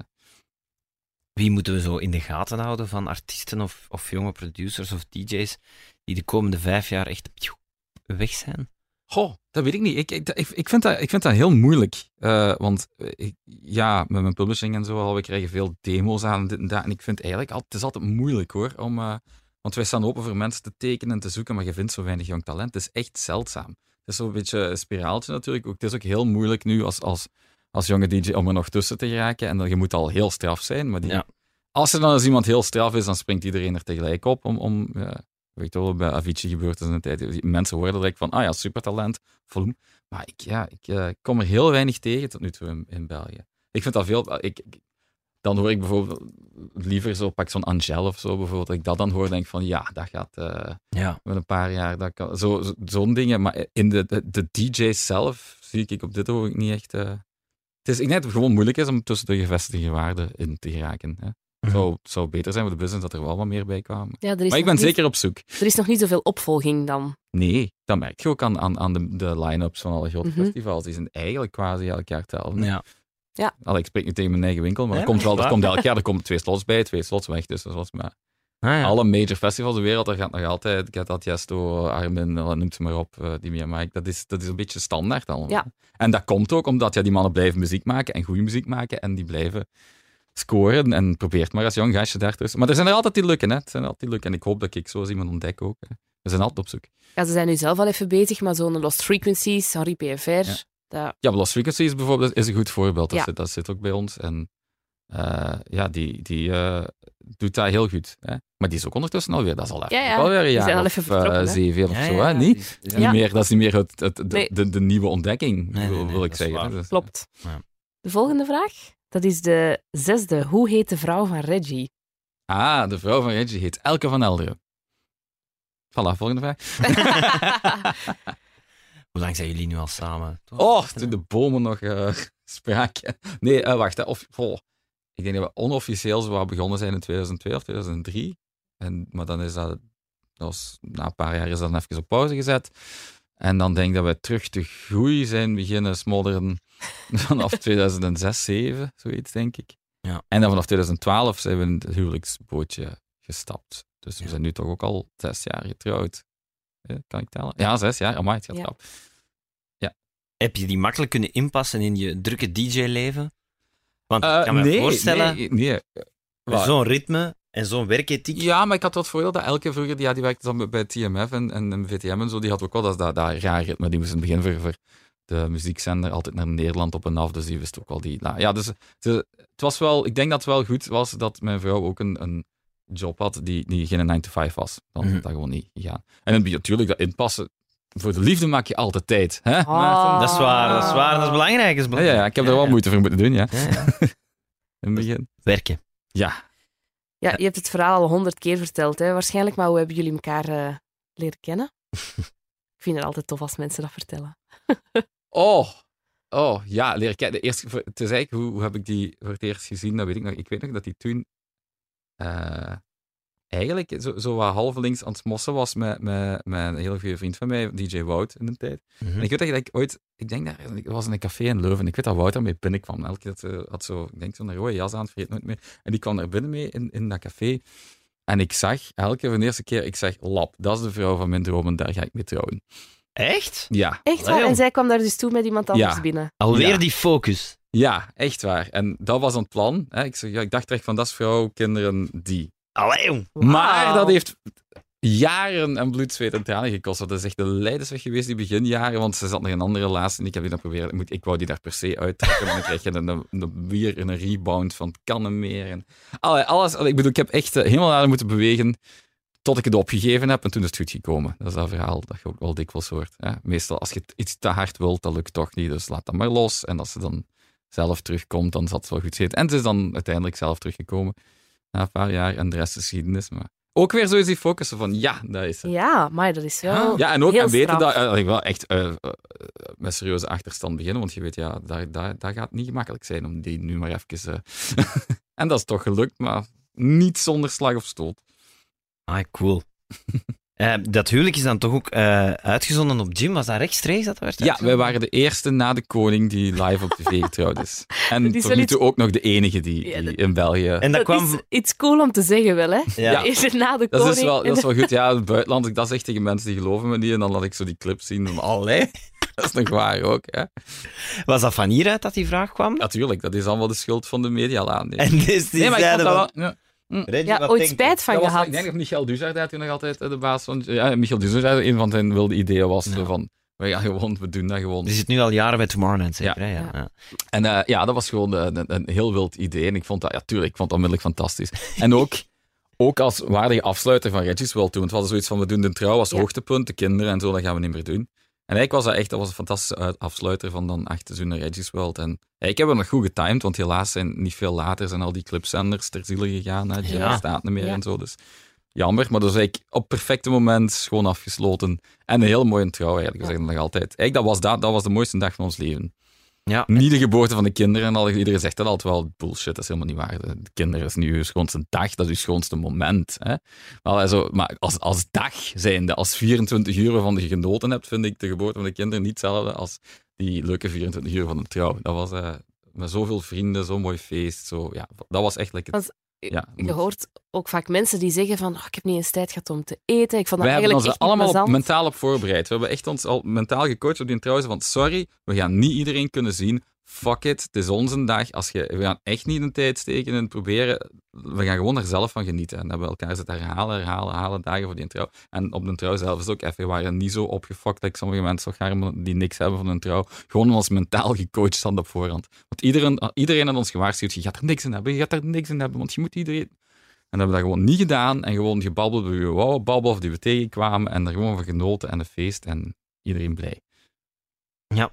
Wie moeten we zo in de gaten houden van artiesten of, of jonge producers of D J's die de komende vijf jaar echt pjoe, weg zijn? Goh, dat weet ik niet. Ik, ik, ik, ik, vind, dat, ik vind dat heel moeilijk. Uh, want ik, ja, met mijn publishing en zo al, we krijgen veel demo's aan en dit en dat. En ik vind eigenlijk, al, het is altijd moeilijk hoor, om... Uh, Want wij staan open voor mensen te tekenen en te zoeken, maar je vindt zo weinig jong talent. Het is echt zeldzaam. Het is zo'n beetje een spiraaltje natuurlijk. Het is ook heel moeilijk nu als, als, als jonge D J om er nog tussen te geraken. En dan, je moet al heel straf zijn. Maar die, Ja. als er dan eens iemand heel straf is, dan springt iedereen er tegelijk op. Om, om, ja, weet je wel, bij Avicii gebeurt is in een tijd. Mensen hoorden direct van, ah ja, supertalent, volume. Maar ik, ja, ik uh, kom er heel weinig tegen tot nu toe in, in België. Ik vind dat veel... Ik, ik, Dan hoor ik bijvoorbeeld liever zo, pak zo'n Angel of zo bijvoorbeeld, dat ik dat dan hoor, denk van ja, dat gaat uh, Ja. met een paar jaar, dat kan, zo, zo, zo'n dingen. Maar in de, de, de D J's zelf zie ik op dit ogenblik niet echt... Uh, het is, ik denk dat het gewoon moeilijk is om tussen de gevestigde waarden in te geraken. Hè. Het zou, het zou beter zijn voor de business dat er wel wat meer bij kwamen. Ja, er is Maar ik nog ben niet- zeker op zoek. Er is nog niet zoveel opvolging dan. Nee, dat merk je ook aan, aan, aan de, de line-ups van alle grote Mhm. festivals. Die zijn eigenlijk quasi elk jaar hetzelfde. Ja. Allee, ik spreek nu tegen mijn eigen winkel, maar Ja, er komt wel, dat er is komt waar. elk jaar er komen twee slots bij, twee slots weg. Dus dat was maar Ah, ja. alle major festivals in de wereld, daar gaat nog altijd Get Tiesto, Armin, noem ze maar op, uh, Dimi en Mike. Dat is, dat is een beetje standaard allemaal. Ja. En dat komt ook omdat ja, die mannen blijven muziek maken en goede muziek maken en die blijven scoren en probeert maar als jong gastje daartussen. Maar er zijn er altijd die lukken, hè. Het zijn er altijd die lukken. En ik hoop dat ik zo eens iemand ontdek ook. Hè. We zijn altijd op zoek. Ja, ze zijn nu zelf al even bezig, maar zo'n Lost Frequencies, Henri P F R, Ja. dat... Ja, Lost Frequencies bijvoorbeeld is een goed voorbeeld. Dat, Ja. zit, dat zit ook bij ons. En uh, ja, die, die uh, doet dat heel goed. Hè? Maar die is ook ondertussen alweer, dat is al even, Ja, ja. wel weer een Die jaar zijn al of even vertrokken, uh, hè? zeven of Ja, zo. ja, Hè? ja, Niet? die is- Dat is Ja. niet meer, dat is niet meer het, het, de, Nee. de, de nieuwe ontdekking, Nee, nee, wil, nee, wil ik dat is zeggen. waar. Dus, Klopt. Ja. De volgende vraag, dat is de zesde. Hoe heet de vrouw van Reggie? Ah, de vrouw van Reggie heet Elke van Elderen. Voilà, volgende vraag. Hoe lang zijn jullie nu al samen? Oh, toen de bomen nog uh, spraken. Nee, uh, wacht. Hè. Of, oh, ik denk dat we onofficieel zo wat begonnen zijn in tweeduizend twee of tweeduizend drie. En, maar dan is dat, dat was, na een paar jaar is dat dan even op pauze gezet. En dan denk ik dat we terug de groei zijn beginnen smodderen vanaf tweeduizend zes, zeven, zoiets denk ik. Ja. En dan vanaf tweeduizend twaalf zijn we in het huwelijksbootje gestapt. Dus we Ja. zijn nu toch ook al zes jaar getrouwd. Ja, kan ik tellen? Ja, zes jaar. Amai, het gaat Ja. rap. Heb je die makkelijk kunnen inpassen in je drukke D J-leven? Want ik Uh, kan me nee, voorstellen, nee, nee. met Waar? zo'n ritme en zo'n werkethiek. Ja, maar ik had wat voordeel dat Elke vroeger, ja, die werkte dan bij T M F en, en, en V T M en zo, die had ook wel dat, dat, dat raar ritme. Die moest in het begin voor, voor de muziekzender altijd naar Nederland op en af, dus die wist ook wel die... Nou, ja, dus het, het was wel... Ik denk dat het wel goed was dat mijn vrouw ook een, een job had die, die geen nine to five was. Dan Mhm. had dat gewoon niet gegaan. En natuurlijk, dat inpassen... Voor de liefde maak je altijd tijd, hè, Ah. Maarten? Dat is waar, dat is waar, dat is belangrijk. Dat is Ja, ja, ja, ik heb er wel ja. moeite voor moeten doen, ja. Ja, ja. In het begin. Werken. Ja. Ja, je hebt het verhaal al honderd keer verteld, hè? Waarschijnlijk, maar hoe hebben jullie elkaar uh, leren kennen? Ik vind het altijd tof als mensen dat vertellen. Oh, oh ja, leren kennen. De eerste, het is eigenlijk, hoe, hoe heb ik die voor het eerst gezien? Dat weet ik nog. Ik weet nog dat die toen uh, eigenlijk zo, zo wat halvelings aan het mossen was met, met, met een heel goede vriend van mij, D J Wout, in de tijd. Mhm. En ik weet dat ik ooit, ik denk dat ik was in een café in Leuven. Ik weet dat Wout daarmee binnenkwam. Elke keer dat ze had zo, ik denk zo'n rode jas aan, vergeet nooit meer. En die kwam er binnen mee in, in dat café. En ik zag, elke keer, voor de eerste keer, ik zeg, Lap, dat is de vrouw van mijn dromen, daar ga ik mee trouwen. Echt? Ja. Echt waar? Allee, En zij kwam daar dus toe met iemand anders Ja. binnen. Alweer Ja. die focus. Ja, echt waar. En dat was een plan. Hè. Ik, zeg, ja, ik dacht echt van, dat is vrouw, kinderen, die. Allee, jong. Maar Wauw. dat heeft jaren en bloed, zweet en tranen gekost. Dat is echt de leidersweg geweest, die beginjaren, want ze zat nog in een andere relatie en ik heb die dan proberen, ik, moet, ik wou die daar per se uittrekken, maar dan krijg je een, een, een, weer een rebound van het kan en meer. En, allee, alles, ik bedoel, ik heb echt uh, helemaal aan moeten bewegen tot ik het opgegeven heb en toen is het goed gekomen. Dat is dat verhaal dat je ook wel dikwijls hoort. Hè? Meestal, als je iets te hard wilt, dat lukt toch niet, dus laat dat maar los. En als ze dan zelf terugkomt, dan zat het wel goed zitten. En het is dan uiteindelijk zelf teruggekomen na een paar jaar en de rest is geschiedenis, maar... Ook weer zo is die focussen van, ja, dat is het. Ja, maar dat is wel Ja, en ook heel en weten straf. dat ik wel echt uh, uh, met serieuze achterstand beginnen, want je weet, ja, dat, dat, dat gaat niet gemakkelijk zijn om die nu maar even... Uh... en dat is toch gelukt, maar niet zonder slag of stoot. Ah, cool. uh, dat huwelijk is dan toch ook uh, uitgezonden op Jim? Was dat rechtstreeks dat werd Ja, wij waren de eerste na de koning die live op tv getrouwd is. En is tot wel nu iets- toe ook nog de enige die, Ja, die dat- in België... En dat, Dat kwam... is iets cool om te zeggen wel, hè? Ja. Eerst het na de Dat koning. is, wel, en dat is wel goed. Ja, in het buitenland, als ik dat zeg tegen mensen die geloven me niet, en dan laat ik zo die clips zien van, allee, dat is nog waar ook. Hè? Was dat van hieruit dat die vraag kwam? Natuurlijk, dat is allemaal de schuld van de medialaan. Nee, En dus die nee maar ik vond zeiden dat van... wel... Ja. Reggie, Ja, wat ooit denk je? spijt van Dat was, gehad. ik denk dat Michel Dujardin toen nog altijd de baas van... Ja, Michel Dujardin, een van zijn wilde ideeën was zo van... We gaan gewoon, we doen dat gewoon. Die zit nu al jaren bij Tomorrowland, zeker? Ja. Hè? Ja. Ja. Ja. En uh, ja, dat was gewoon een, een, een heel wild idee. En ik vond dat, ja, tuurlijk, ik vond dat onmiddellijk fantastisch. En ook, ook als waardige afsluiter van Reggie's World toen. Het was zoiets van, we doen de trouw als Ja. hoogtepunt, de kinderen en zo, dat gaan we niet meer doen. En eigenlijk was dat echt, dat was een fantastische uit- afsluiter van dan acht seizoenen Reggie's World. En ja, ik heb hem nog goed getimed, want helaas zijn niet veel later zijn al die clubzenders ter ziele gegaan. Hè. Jim Ja. staat niet meer Ja. en zo, dus jammer. Maar dat was eigenlijk op het perfecte moment gewoon afgesloten. En een hele mooie trouw eigenlijk, we zeggen nog altijd. Eigenlijk, dat was, dat, dat was de mooiste dag van ons leven. Ja. Niet de geboorte van de kinderen en al. Iedereen zegt dat altijd wel. Bullshit, dat is helemaal niet waar. De kinderen is nu je schoonste dag, dat is je schoonste moment. Hè? Maar, also, maar als, als dag zijnde, als vierentwintig uur waarvan je genoten hebt, vind ik de geboorte van de kinderen niet hetzelfde als die leuke vierentwintig uur van de trouw. Dat was uh, met zoveel vrienden, zo'n mooi feest. Zo, ja, dat was echt lekker. Als- Ja, Je moet. hoort ook vaak mensen die zeggen van oh, ik heb niet eens tijd gehad om te eten. Ik vond dat Wij hebben eigenlijk ons er echt allemaal niet op, plezant. mentaal op voorbereid. We hebben echt ons al mentaal gecoacht op die trouwens van sorry, we gaan niet iedereen kunnen zien. Fuck it, het is onze dag. Als je, we gaan echt niet een tijd steken en proberen. We gaan gewoon er zelf van genieten. En dat we elkaar zitten herhalen, herhalen, herhalen dagen voor die trouw. En op de trouw zelf is het ook even, we waren niet zo opgefokt dat ik sommige mensen zag gaan die niks hebben van een trouw. Gewoon ons mentaal gecoacht hadden op voorhand. Want iedereen, iedereen had ons gewaarschuwd, je gaat er niks in hebben, je gaat er niks in hebben, want je moet iedereen... En dat hebben we dat gewoon niet gedaan en gewoon gebabbeld bij wie we wouden babbelen of die we tegenkwamen en er gewoon van genoten en een feest en iedereen blij. Ja.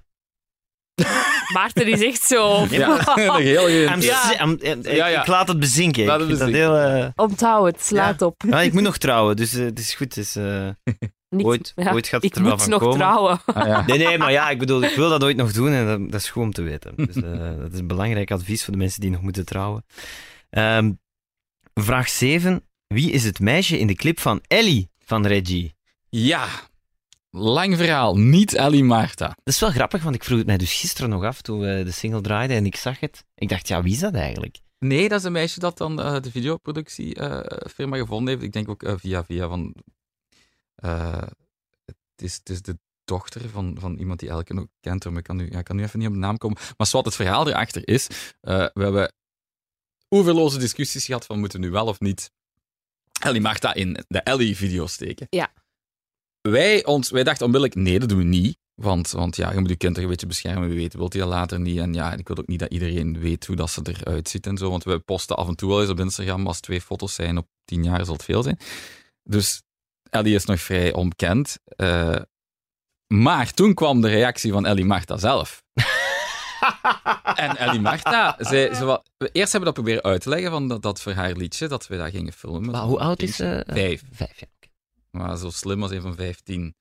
Maarten is echt zo... Ja, een heel I'm Ja. si- I'm- eh, Ja, ja. Ik laat het bezinken. Laat Ik het vind dat bezinken. heel, eh, Onthoud het, slaat op. ja, ik moet nog trouwen, dus eh, het is goed. Het is, eh, Niet- ooit, ja, ooit gaat het ik er wel moet van nog komen. trouwen. Ah, ja. Nee, nee, maar ja, ik bedoel, ik wil dat ooit nog doen en dat, dat is goed om te weten. Dus eh, dat is een belangrijk advies voor de mensen die nog moeten trouwen. Ehm, vraag zeven. Wie is het meisje in de clip van Ellie van Reggie? Ja, lang verhaal. Niet Ellie Marta. Dat is wel grappig, want ik vroeg het mij dus gisteren nog af toen we de single draaiden en ik zag het. Ik dacht, ja, wie is dat eigenlijk? Nee, dat is een meisje dat dan uh, de videoproductiefirma uh, gevonden heeft. Ik denk ook uh, via via van... Uh, het, is, het is de dochter van, van iemand die Elke ook kent. Maar ik kan, nu, ja, ik kan nu even niet op de naam komen. Maar wat het verhaal erachter is... Uh, we hebben oeverloze discussies gehad van moeten we nu wel of niet Ellie Marta in de Ellie-video steken. Ja. Wij, ons, wij dachten onmiddellijk, nee, dat doen we niet. Want, want ja, je moet je kind toch een beetje beschermen. Wie weet, wilt hij dat later niet. En ja, ik wil ook niet dat iedereen weet hoe dat ze eruit ziet en zo. Want we posten af en toe wel eens op Instagram. Als twee foto's zijn op tien jaar, zal het veel zijn. Dus Ellie is nog vrij onbekend. Uh, maar toen kwam de reactie van Ellie Marta zelf. En Ellie Marta, zij, ze, wat, eerst hebben we dat proberen uit te leggen, van dat, dat voor haar liedje, dat we daar gingen filmen. Maar hoe oud is ze? Uh, Vijf. Vijf, ja. Okay. Maar zo slim als een van vijftien.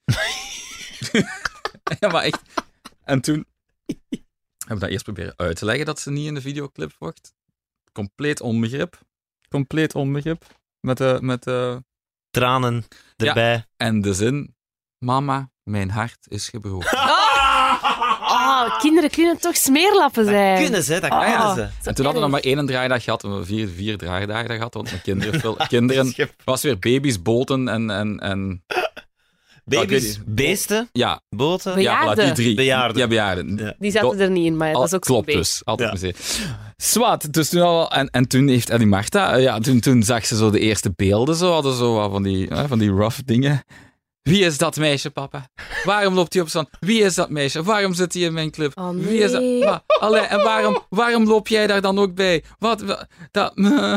Ja, maar echt. En toen hebben we dat eerst proberen uit te leggen dat ze niet in de videoclip wordt. Compleet onbegrip. Compleet onbegrip. Met de... Met de... Tranen erbij. Ja. En de zin... Mama, mijn hart is gebroken. Oh, kinderen kunnen toch smeerlappen zijn. Dat kunnen ze, dat Oh. kunnen ze. En toen hadden we nog maar één draaidag gehad. We hebben vier, vier draaidagen gehad. Want mijn kinderen... Veel, kinderen was weer baby's, boten en... en, en baby's, oh, beesten, ja. boten. Bejaarden. Ja, voilà, die drie. Bejaarden. Ja, bejaarden. Ja. Die zaten er niet in, maar dat is ook Klopt zo dus. Altijd ja. museum. Zwat, dus toen al, en, en toen heeft Ellie Marta, ja, toen, toen zag ze zo de eerste beelden, zo, hadden zo wat van die, hè, van die rough dingen. Wie is dat meisje, papa? Waarom loopt hij op zand? Wie is dat meisje? Waarom zit hij in mijn club? Oh, nee. Wie is dat? Wa- Allee, en waarom, waarom loop jij daar dan ook bij? Wat? wa- Dat...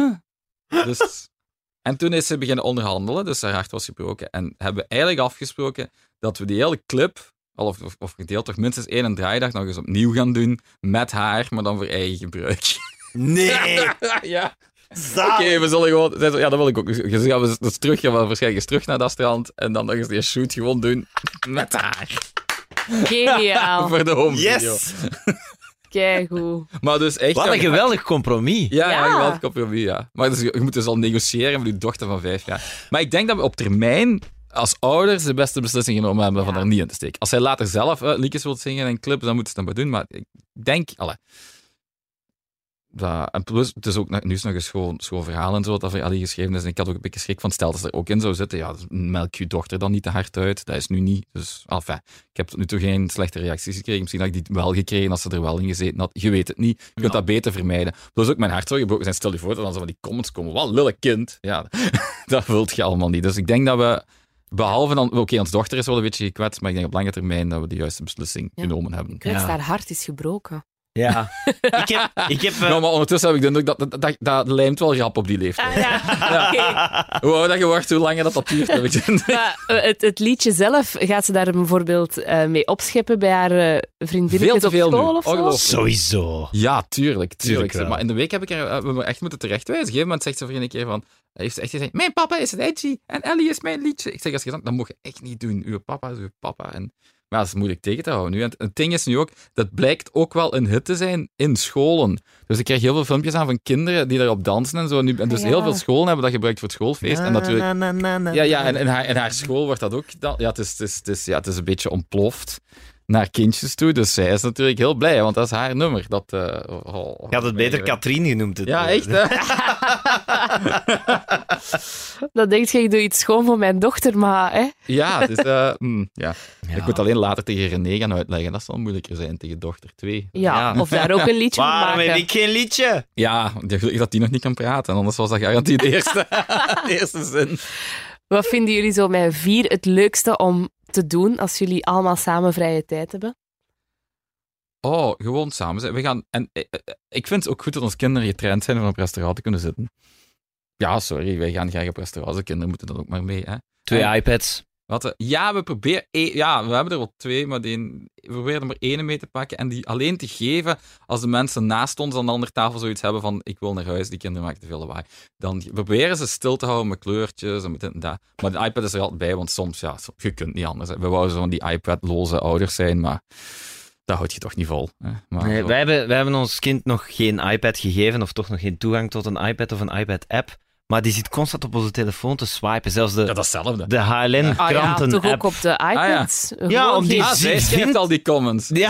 Dus, en toen is ze beginnen onderhandelen, dus haar hart was gebroken. En hebben we eigenlijk afgesproken dat we die hele clip, of, of, of gedeeld toch minstens één draaiedag, nog eens opnieuw gaan doen met haar, maar dan voor eigen gebruik. Nee! Ja. Zalig. Oké, we zullen gewoon... zij zo, Ja, dat wil ik ook. Dus gaan we dus terug, gaan we waarschijnlijk eens terug naar dat strand en dan nog eens die shoot gewoon doen met haar. Geniaal. Voor de home video. Yes! Keigoed. Maar dus echt... Wat een geweldig compromis. Ja, ja. Ja. geweldig compromis, ja. Maar dus, je moet dus al negociëren met je dochter van vijf jaar. Maar ik denk dat we op termijn als ouders de beste beslissing genomen hebben van Ja. er niet in te steken. Als zij later zelf uh, liedjes wilt zingen in clips, dan moet ze dat maar doen. Maar ik denk... Alle, dat, en plus, het is ook nog- nu is het nog een schoon, schoon verhaal en zo, dat voor Ali geschreven is. En ik had ook een beetje schrik van, stel dat ze er ook in zou zitten, ja, melk je dochter dan niet te hard uit. Dat is nu niet. Dus, enfin, ik heb tot nu toe geen slechte reacties gekregen. Misschien had ik die wel gekregen als ze er wel in gezeten had. Je weet het niet. Je kunt Ja. dat beter vermijden. Plus ook mijn hart zou gebroken zijn. Stel je voor dat dan zo van die comments komen. Wat lullig kind. Ja, dat wilt je allemaal niet. Dus ik denk dat we, behalve dan, oké, ons dochter is wel een beetje gekwetst, maar ik denk op lange termijn dat we de juiste beslissing Ja. genomen hebben. Kwets, Ja. haar hart is gebroken. Ja. Ik heb... Ik heb eh, Ja, maar ondertussen heb ik de indruk dat dat, dat, dat lijmt wel rap op die leeftijd. Ah, ja. Oké. Hoe ouder dat je wordt, hoe langer dat, dat duurt. Heb ik de indruk. Maar, eh, het, het liedje zelf, gaat ze daar bijvoorbeeld eh, mee opscheppen bij haar uh, Veel vriendinnetjes te op veel nu. school of zo? Ongelooflijk. Sowieso. Ja, tuurlijk. Tuurlijk tuurlijk. wel. Maar in de week heb ik er eh, we hebben echt moeten terechtwijzen. Op een gegeven moment zegt ze voor een keer van... Heeft ze echt gezegd, mijn papa is het edgy en Ellie is mijn liedje. Ik zeg, als je dat, dat mag je echt niet doen. Uw papa is uw papa. En, maar dat is moeilijk tegen te houden nu. En het, het ding is nu ook, dat blijkt ook wel een hit te zijn in scholen. Dus ik krijg heel veel filmpjes aan van kinderen die daarop dansen en zo. En, nu, en dus Ja. heel veel scholen hebben dat gebruikt voor het schoolfeest. En natuurlijk... Na, na, na, na, Ja, ja en in haar, in haar school wordt dat ook... dan- Ja, het is, het, is, het, is, ja, het is een beetje ontploft naar kindjes toe. Dus zij is natuurlijk heel blij, want dat is haar nummer. Dat, eh, oh, Ik had het beter Katrien genoemd. Het, Ja, eh. echt, hè? Dan denk je, ik doe iets schoon voor mijn dochter, maar... Hè? Ja, het is... eh, mm, ja. Ja. Ik moet alleen later tegen René gaan uitleggen. Dat zal moeilijker zijn, tegen dochter twee. Ja, Ja. of daar ook een liedje van Waarom maken. heb ik geen liedje? Ja, gelukkig dat die nog niet kan praten. Anders was dat garantie de eerste, de eerste zin. Wat vinden jullie zo met vier het leukste om te doen als jullie allemaal samen vrije tijd hebben? Oh, gewoon samen zijn. We gaan, en eh, eh, ik vind het ook goed dat onze kinderen getraind zijn om op restaurant te kunnen zitten. Ja, sorry, wij gaan graag op restaurant. De kinderen moeten dan ook maar mee. Hè. Twee En- iPads. Wat, eh, ja, we proberen... eh, Ja, we hebben er wel twee, maar die, we proberen er maar één mee te pakken en die alleen te geven als de mensen naast ons aan de andere tafel zoiets hebben van ik wil naar huis, die kinderen maken te veel lawaai. Dan we proberen ze stil te houden met kleurtjes en met dit en dat. Maar de iPad is er altijd bij, want soms, ja, so- je kunt niet anders. Hè. We wouden zo van die iPad-loze ouders zijn, maar dat houd je toch niet vol. Hè. Maar Nee, zo- wij, hebben, wij hebben ons kind nog geen iPad gegeven, of toch nog geen toegang tot een iPad of een iPad-app. Maar die zit constant op onze telefoon te swipen. Zelfs de, Ja, dat is hetzelfde. de H L Ah ja, N-kranten-app. toch ook op de iPads. Ja, Gewoon om die- geen- Ah, zij Vindt- schrijft al die comments. Ja.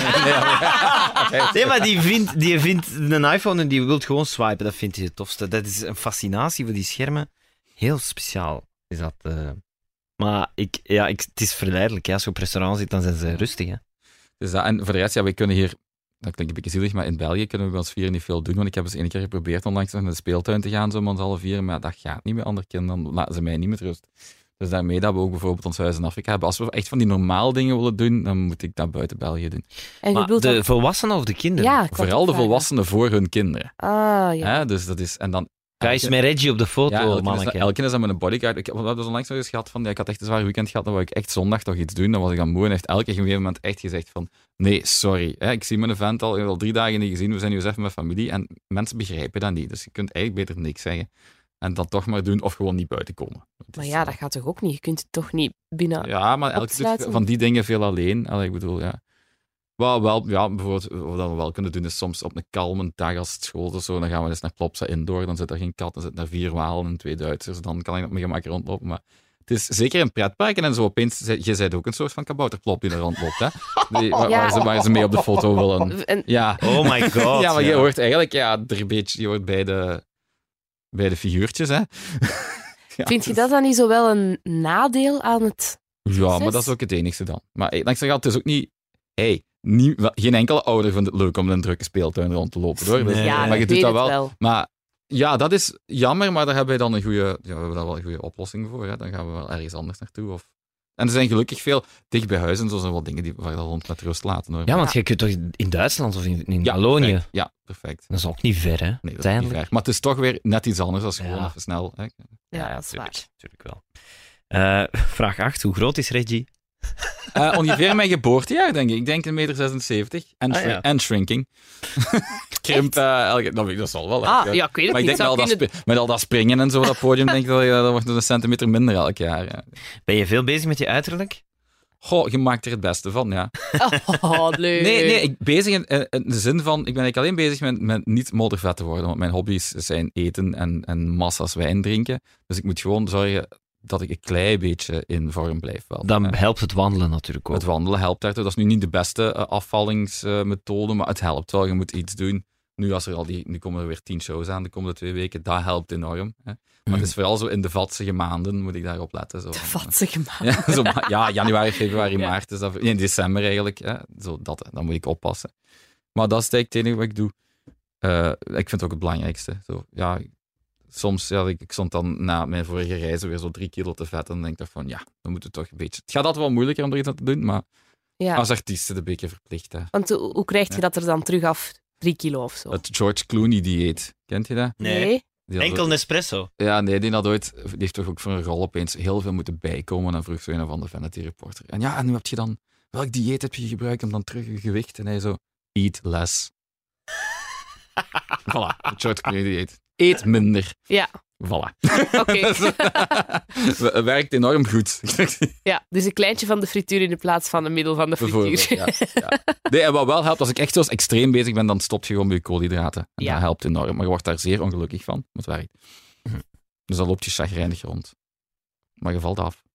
Nee, maar- Nee, maar die vindt, die vindt een iPhone en die wil gewoon swipen. Dat vindt hij het tofste. Dat is een fascinatie voor die schermen. Heel speciaal is dat. eh. Maar ik, ja, ik, het is verleidelijk. Ja. Als je op restaurant zit, dan zijn ze rustig. Hè. Dus dat, en voor de rest, ja, wij kunnen hier, dat klinkt een beetje zielig, maar in België kunnen we bij ons vieren niet veel doen, want ik heb eens één keer geprobeerd onlangs nog naar de speeltuin te gaan, zo met ons alle vieren, maar dat gaat niet met andere kinderen, dan laten ze mij niet met rust. Dus daarmee dat we ook bijvoorbeeld ons huis in Afrika hebben. Als we echt van die normaal dingen willen doen, dan moet ik dat buiten België doen. En je Maar bedoelt de dat- volwassenen of de kinderen? Ja, ik wou Vooral het de vragen. volwassenen voor hun kinderen. Ah, ja. Hè? Dus dat is, en dan... Ga eens met Reggie op de foto, Ja, elke, is, manneke. elke is dan met een bodyguard. Ik, we hebben dus onlangs nog eens gehad van, ja, ik had echt een zwaar weekend gehad, dan wou ik echt zondag toch iets doen. Dan was ik dan moe en heeft elke op een gegeven moment echt gezegd van, nee, sorry. Hè, ik zie mijn vent al, ik heb al drie dagen niet gezien, we zijn nu eens even met familie. En mensen begrijpen dat niet, dus je kunt eigenlijk beter niks zeggen. En dan toch maar doen, of gewoon niet buiten komen. Het Maar is, ja, eh, dat gaat toch ook niet? Je kunt het toch niet binnen... Ja, maar elke doet opsluiten. van die dingen veel alleen. Allee, ik bedoel, ja. Wel, wel, ja, bijvoorbeeld, wat we wel kunnen doen is soms op een kalme dag als het school is of zo, dan gaan we eens naar Plopsa Indoor, dan zit er geen kat, dan zitten er vier walen en twee Duitsers, dan kan ik op mijn gemak rondlopen. Maar het is zeker in pretparken en zo, opeens, je bent ook een soort van kabouterplop die er rondloopt, hè. Die, waar, Ja. waar ze, waar ze mee op de foto willen. En, Ja. Oh my god. Ja, maar je ja. hoort eigenlijk, ja, er een beetje, je hoort bij de, bij de figuurtjes, hè. Ja, vind je het dat dan niet zo wel een nadeel aan het... is- Ja, maar Zes? dat is ook het enigste dan. Maar hey, langs de kant, het is ook niet... Hey, niet, wel- geen enkele ouder vindt het leuk om in een drukke speeltuin rond te lopen. Hoor. Dus, Nee. Ja, maar je ik doet weet dat het wel. wel. Maar ja, dat is jammer, maar daar hebben we dan een goede, ja, we hebben daar wel een goede oplossing voor. Hè. Dan gaan we wel ergens anders naartoe. Of... En er zijn gelukkig veel dicht bij huis en zo zijn wel dingen die waar je dat rond met rust laten. Hoor. Ja, want je kunt toch in Duitsland of in, in Ja, Wallonië... perfect. Ja, perfect. Dat is ook niet ver, hè? Nee, dat is niet Uiteindelijk. ver. Maar het is toch weer net iets anders als gewoon Ja. even snel. Hè. Ja, dat is tuurlijk, waar. tuurlijk wel. Eh, vraag acht. Hoe groot is Reggie? Uh, ongeveer mijn geboortejaar, denk ik. Ik denk een meter zesenzeventig. En, Ah, shri- ja. en shrinking. Krimp, uh, elke... Dat, dat zal wel. Ah, hè. ja, ik weet het Maar ik niet. denk met al, dat Zou spi- met al dat springen en zo, dat podium, denk ik dat, je, dat wordt een centimeter minder elk jaar. Ja. Ben je veel bezig met je uiterlijk? Goh, je maakt er het beste van, ja. kunnen- Oh, leuk. Nee, nee, ik bezig in, in, in de zin van, ik ben eigenlijk alleen bezig met, met niet moddervet te worden, want mijn hobby's zijn eten en, en massa's wijn drinken. Dus ik moet gewoon zorgen dat ik een klein beetje in vorm blijf wel. Dan Ja. helpt het wandelen natuurlijk ook. Het wandelen helpt daartoe. Dat is nu niet de beste uh, afvallingsmethode, maar het helpt wel. Je moet iets doen. Nu, als er al die, nu komen er weer tien shows aan de komende twee weken. Dat helpt enorm. Hè. Maar het is vooral zo in de vatsige maanden moet ik daarop letten. Zo. De vatsige man. Ja, zo, ma- ja, januari, februari, Ja. maart. Is dat, nee, december eigenlijk. Hè. Zo, dat, dan moet ik oppassen. Maar dat is eigenlijk het enige wat ik doe. Uh, ik vind het ook het belangrijkste. Zo, ja, soms, ja, ik, ik stond dan na mijn vorige reizen weer zo drie kilo te vet. En dan denk ik toch van, ja, dan moet het toch een beetje... Het gaat altijd wel moeilijker om er iets aan te doen, maar Ja. als artiest is het een beetje verplicht. Hè. Want hoe, hoe krijg je Ja. dat er dan terug af? Drie kilo of zo? Het George Clooney-dieet. Kent je dat? Nee. Die had Enkel ooit- Nespresso. Ja, nee, die had ooit... Die heeft toch ook voor een rol opeens heel veel moeten bijkomen. En dan vroeg zo een van de Vanity Reporter. En ja, en nu heb je dan... Welk dieet heb je gebruikt om dan terug je gewicht? En hij zo... Eat less. Voilà, het George Clooney-dieet. Eet minder. Ja, Voilà. oké. Het werkt enorm goed. Ja, dus een kleintje van de frituur in de plaats van een middel van de Bijvoorbeeld, frituur. ja, ja. Nee, en wat wel helpt, als ik echt zo extreem bezig ben, dan stop je gewoon met je koolhydraten. En Ja. dat helpt enorm. Maar je wordt daar zeer ongelukkig van. Maar het werkt. Dus dan loopt je chagrijnig rond. Maar je valt af.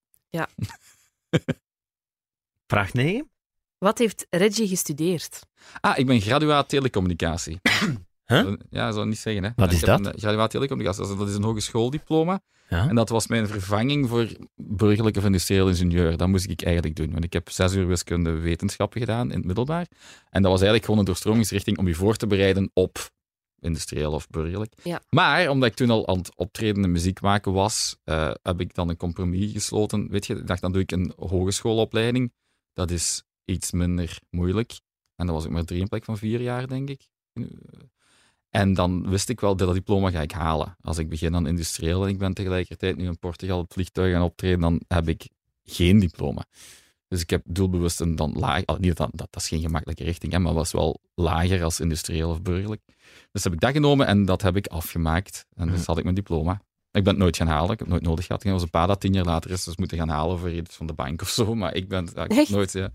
Vraag negen. Wat heeft Reggie gestudeerd? Ah, ik ben graduaat telecommunicatie. Huh? Ja, dat zou ik niet zeggen. Hè. Wat Ja, is ik heb dat? Een, eh, graduaat telecommunicatie. Dat is, dat is een hogeschooldiploma. Ja. En dat was mijn vervanging voor burgerlijk of industrieel ingenieur. Dat moest ik eigenlijk doen. Want ik heb zes uur wiskunde wetenschappen gedaan in het middelbaar. En dat was eigenlijk gewoon een doorstromingsrichting om je voor te bereiden op industrieel of burgerlijk. Ja. Maar omdat ik toen al aan het optreden en muziek maken was, uh, heb ik dan een compromis gesloten. Weet je, ik dacht, dan doe ik een hogeschoolopleiding. Dat is iets minder moeilijk. En dat was ik maar drie in plek van vier jaar, denk ik. En dan wist ik wel, dat, dat diploma ga ik halen. Als ik begin aan industrieel en ik ben tegelijkertijd nu in Portugal op het vliegtuig gaan optreden, dan heb ik geen diploma. Dus ik heb doelbewust een dan laag... Oh, niet dat, dat, dat is geen gemakkelijke richting, hè, maar was wel lager als industrieel of burgerlijk. Dus heb ik dat genomen en dat heb ik afgemaakt. En dus had ik mijn diploma. Ik ben het nooit gaan halen, ik heb het nooit nodig gehad. Ik was een paar dat tien jaar later is dus moeten gaan halen voor iets van de bank of zo, maar ik ben ja, ik heb nooit... Ja.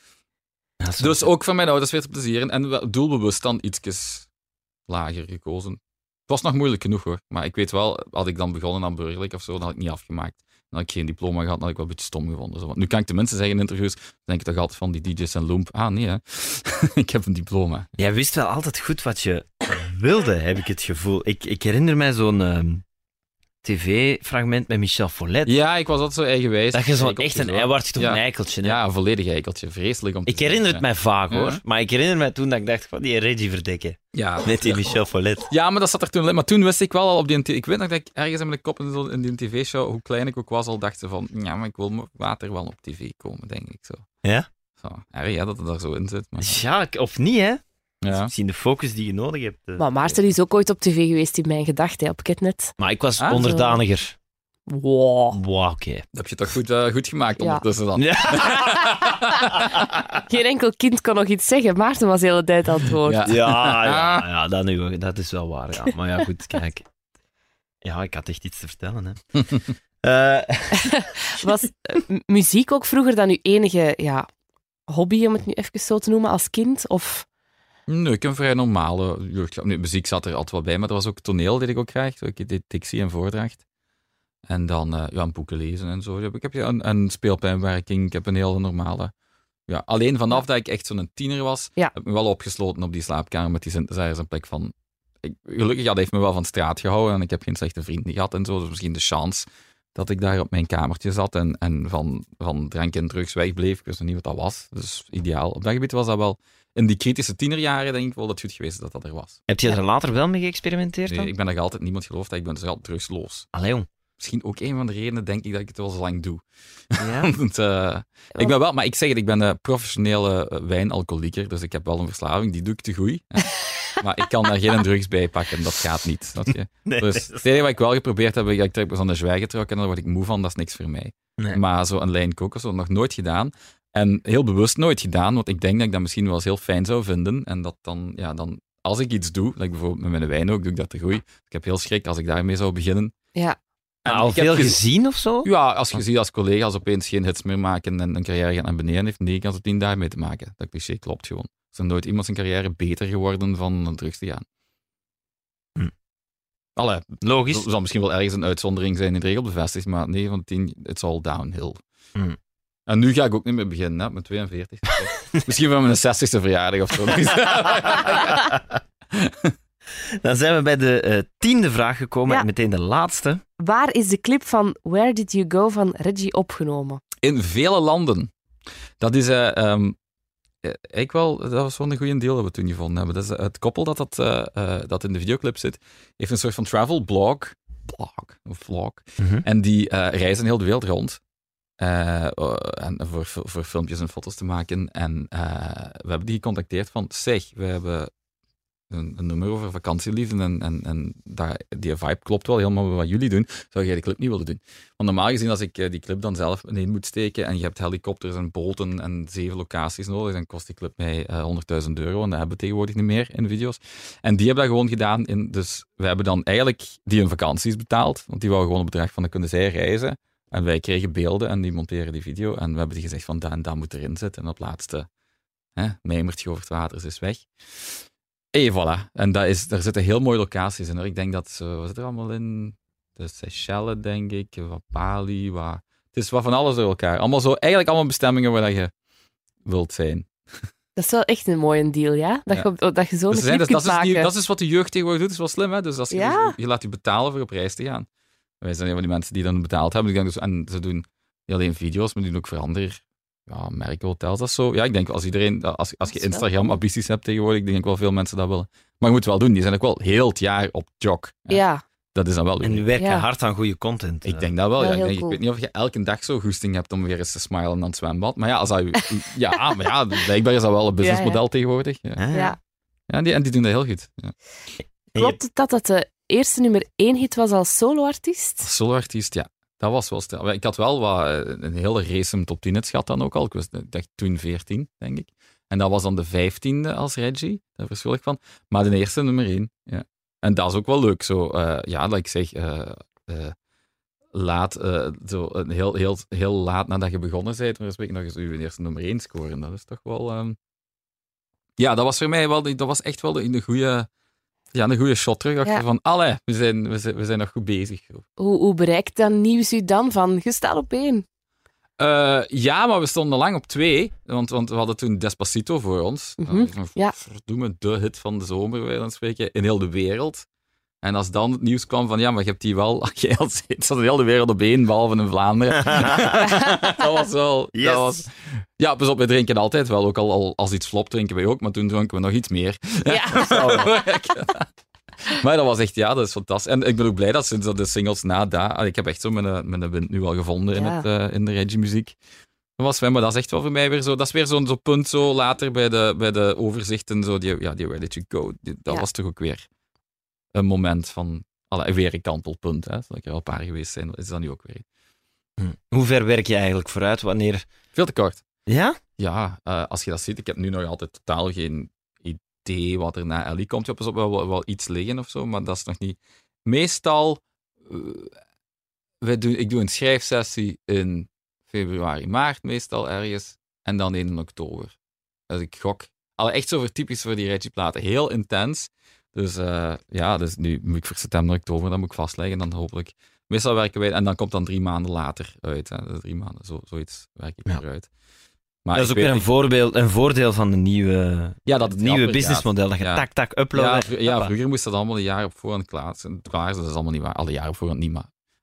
Dus ook van mijn ouders weer te plezieren en wel doelbewust dan ietsjes lager gekozen. Het was nog moeilijk genoeg hoor, maar ik weet wel, had ik dan begonnen aan burgerlijk of zo, dan had ik niet afgemaakt. Dan had ik geen diploma gehad, dan had ik wel een beetje stom gevonden. Zo. Want nu kan ik de mensen zeggen in interviews, dan denk ik toch altijd van die D J's en Loomp. Ah nee, hè. Ik heb een diploma. Jij wist wel altijd goed wat je wilde, heb ik het gevoel. Ik, ik herinner mij zo'n um, tv-fragment met Michel Follet. Ja, ik was altijd zo eigenwijs. Dat je zo Eikeltje echt een zo. eiwaardje toch Ja. een eikeltje. Hè? Ja, een volledig eikeltje. Vreselijk om te Ik zeggen, herinner het ja. mij vaag hoor, Ja. maar ik herinner mij toen dat ik dacht van die Reggie verdekken. Ja. Met die Michel Follet. Ja, maar dat zat er toen. Maar toen wist ik wel al op die... Ik weet nog dat ik ergens in mijn kop in, zo, in die tv-show, hoe klein ik ook was, al dacht ze van, ja, maar ik wil met water wel op tv komen, denk ik zo. Ja? Zo, erg ja, dat het daar zo in zit. Maar, Ja, of niet hè? Dat is ja. misschien de focus die je nodig hebt. eh. Maar Maarten is ook ooit op tv geweest in mijn gedachten, op Ketnet. Maar ik was Ah, zo. onderdaniger. Wow. Wow, oké. Dat heb je toch goed, uh, goed gemaakt Ja. ondertussen dan. Ja. Geen enkel kind kon nog iets zeggen. Maarten was de hele tijd aan het woord. Ja. Ja, ja, ja dat, nu, dat is wel waar. Ja. Maar ja, goed, kijk. Ja, ik had echt iets te vertellen. Hè. Eh, Was eh, m- muziek ook vroeger dan uw enige ja, hobby, om het nu even zo te noemen, als kind? Of... Nee, ik heb een vrij normale jeugd. Nee, muziek zat er altijd wel bij, maar er was ook toneel, deed ik ook graag. Ik deed dictie en voordracht. En dan uh, ja, boeken lezen en zo. Ik heb ja, een, een speelpijnwerking, ik heb een hele normale... Ja, alleen vanaf Ja. dat ik echt zo'n tiener was, Ja. heb ik me wel opgesloten op die slaapkamer met die synthesizers een plek van... Ik, gelukkig, ja, dat heeft me wel van straat gehouden en ik heb geen slechte vrienden gehad en zo. Dus misschien de chance dat ik daar op mijn kamertje zat en, en van, van drank en drugs wegbleef. Ik wist nog niet wat dat was. Dus ideaal. Op dat gebied was dat wel... In die kritische tienerjaren denk ik wel dat het goed geweest is dat dat er was. Heb je er later wel mee geëxperimenteerd dan? Nee, ik ben nog altijd niemand gelooft dat ik ben dus altijd drugsloos. Allee, jong. Misschien ook een van de redenen, denk ik, dat ik het wel zo lang doe. Ja? Want, uh, ik ben wel, maar ik zeg het, ik ben een professionele wijnalcoholieker, dus ik heb wel een verslaving, die doe ik te goed. Maar ik kan daar geen drugs bij pakken, dat gaat niet. Snap je? Nee, Dus nee, het enige wat ik wel geprobeerd heb, ik trek me zo'n zwijgen getrokken en dan word ik moe van, dat is niks voor mij. nee. Maar zo een lijn kokos, dat nog nooit gedaan. En heel bewust nooit gedaan, want ik denk dat ik dat misschien wel eens heel fijn zou vinden. En dat dan, ja, dan als ik iets doe, like bijvoorbeeld met mijn wijn ook, doe ik dat te goed. Ik heb heel schrik als ik daarmee zou beginnen. Ja. En Al ik heb veel gez- gezien of zo? Ja, als je ziet als collega's opeens geen hits meer maken en een carrière gaat naar beneden, heeft negen kans op tien daarmee te maken. Dat cliché klopt gewoon. Er is nooit iemand zijn carrière beter geworden van drugs te gaan. Hm. Allee, Logisch. er zal misschien wel ergens een uitzondering zijn in de regel bevestigd, maar negen van de tien, it's all downhill. Hm. En nu ga ik ook niet meer beginnen, hè, met tweeënveertig. Misschien van mijn zestigste verjaardag of zo. Dan zijn we bij de uh, tiende vraag gekomen Ja. en meteen de laatste. Waar is de clip van Where Did You Go van Reggie opgenomen? In vele landen. Dat is uh, um, ik wel, dat was wel een goede deal dat we toen gevonden hebben. Dat is, uh, het koppel dat, dat, uh, uh, dat in de videoclip zit, heeft een soort van travel blog. Blog, of vlog. Mm-hmm. En die uh, reizen heel de wereld rond. Uh, uh, en voor, voor, voor filmpjes en foto's te maken. En uh, we hebben die gecontacteerd van, zeg, we hebben een, een nummer over vakantieliefde en, en, en daar, die vibe klopt wel helemaal met wat jullie doen. Zou jij de clip niet willen doen? Want normaal gezien, als ik uh, die clip dan zelf in moet steken en je hebt helikopters en boten en zeven locaties nodig, dan kost die clip mij uh, honderdduizend euro en dat hebben we tegenwoordig niet meer in de video's. En die hebben dat gewoon gedaan. In, dus we hebben dan eigenlijk die hun vakanties betaald, want die wou gewoon een bedrag van, dan kunnen zij reizen. En wij kregen beelden en die monteren die video. En we hebben die gezegd van, dat en dat moet erin zitten. En op laatste, hè, mijmertje over het water, ze is weg. En voilà. En dat is, daar zitten heel mooie locaties in. Hoor. Ik denk dat, zo, wat zit er allemaal in? De Seychelles, denk ik. Wat Bali, wat... Het is wat van alles door elkaar. Allemaal zo, eigenlijk allemaal bestemmingen waar je wilt zijn. Dat is wel echt een mooie deal, ja? Dat, Ja. Je, dat je zo'n Dus clip dat, kunt is, maken. die- dat is wat de jeugd tegenwoordig doet. Dat is wel slim, hè? Dus als je, Ja. dus- je laat je betalen voor op reis te gaan. Wij zijn een van die mensen die dan betaald hebben. Dus ik denk dus, en ze doen niet alleen video's, maar die doen ook voor andere ja, merken, hotels. Dat is zo. Ja, ik denk als iedereen, als, als je Dat is wel Instagram-ambities hebt tegenwoordig, denk ik wel veel mensen dat willen. Maar je moet het wel doen. Die zijn ook wel heel het jaar op jog. Ja. Ja, Dat is dan wel En leuk. nu werk je Ja. hard aan goede content. Ik eh. denk dat wel. Wel Ja. Ik, heel denk, cool. ik weet niet of je elke dag zo goesting hebt om weer eens te smilen aan het zwembad. Maar ja, als dat je, ja, maar ja, blijkbaar is dat wel een businessmodel ja. tegenwoordig. Ja. Ah, ja. Ja, die, en die doen dat heel goed. Ja. En je Klopt het dat dat de eerste nummer één hit was als soloartiest? Soloartiest, ja. Dat was wel stil. Ik had wel wat, eh, een hele race top tien hits gehad dan ook al. Ik was ik dacht toen veertien, denk ik. En dat was dan de vijftiende als Reggie. Daar verschil ik van. Maar de eerste nummer één, ja. En dat is ook wel leuk. Zo, uh, ja, dat ik zeg, uh, uh, laat, uh, zo, uh, heel, heel, heel laat nadat je begonnen bent, maar respect nog eens uw eerste nummer één scoren. Dat is toch wel... Um... Ja, dat was voor mij wel, dat was echt wel een goede... Ja, een goede shot terug. Dacht Ja. je van, allee, we zijn, we, zijn, we zijn nog goed bezig. Hoe, hoe bereikt dan nieuws u dan van, je staat op één? Uh, ja, maar we stonden lang op twee. Want, want we hadden toen Despacito voor ons. Mhm, Uh, ja. Verdoemen, de hit van de zomer, bij wijze van spreken, in heel de wereld. En als dan het nieuws kwam van, ja, maar je hebt die wel... Jij zat in heel de wereld op één, behalve in Vlaanderen. Dat was wel... Yes. Dat was, ja, pas op, wij drinken altijd wel. Ook al, al als iets flop drinken wij ook, maar toen dronken we nog iets meer. Ja. Maar dat was echt, ja, dat is fantastisch. En ik ben ook blij dat sinds dat de singles na daar... Ik heb echt zo mijn, mijn wind nu al gevonden in, Ja. het, uh, in de Reggie-muziek. Dat was fijn, maar dat is echt wel voor mij weer zo... Dat is weer zo'n zo punt zo later bij de, bij de overzichten. Zo die, ja, die Where Did You Go? Die, dat Ja. was toch ook weer een moment van... Allee, weer een kantelpunt. Hè. Dat ik er al een paar geweest zijn, is dat nu ook weer. Hm. Hoe ver werk je eigenlijk vooruit? Wanneer... Veel te kort. Ja? Ja, uh, als je dat ziet, ik heb nu nog altijd totaal geen idee wat er na Ellie komt. Je hebt wel, wel, wel iets liggen of zo, maar dat is nog niet... Meestal, uh, wij doen, ik doe een schrijfsessie in februari, maart, meestal ergens, en dan in oktober. Dus ik gok... Allee, echt zo voor typisch voor die Reggie-platen. Heel intens. Dus uh, ja, dus nu moet ik voor september, oktober, dan moet ik vastleggen, dan hopelijk... Meestal werken wij... En dan komt dan drie maanden later uit. Hè. Dus drie maanden, zo, zoiets werk ik Ja. eruit. Maar Dat is ik ook weer weet- een, voorbeeld, een voordeel van de nieuwe, Ja, dat het het nieuwe rapper businessmodel. Dat je Ja. tak, tak, uploaden. Ja, vr- ja, Hoppa. vroeger moest dat allemaal een jaar op voorhand klaar zijn. Klaar, dat is allemaal niet waar. Alle jaren op voorhand niet, maar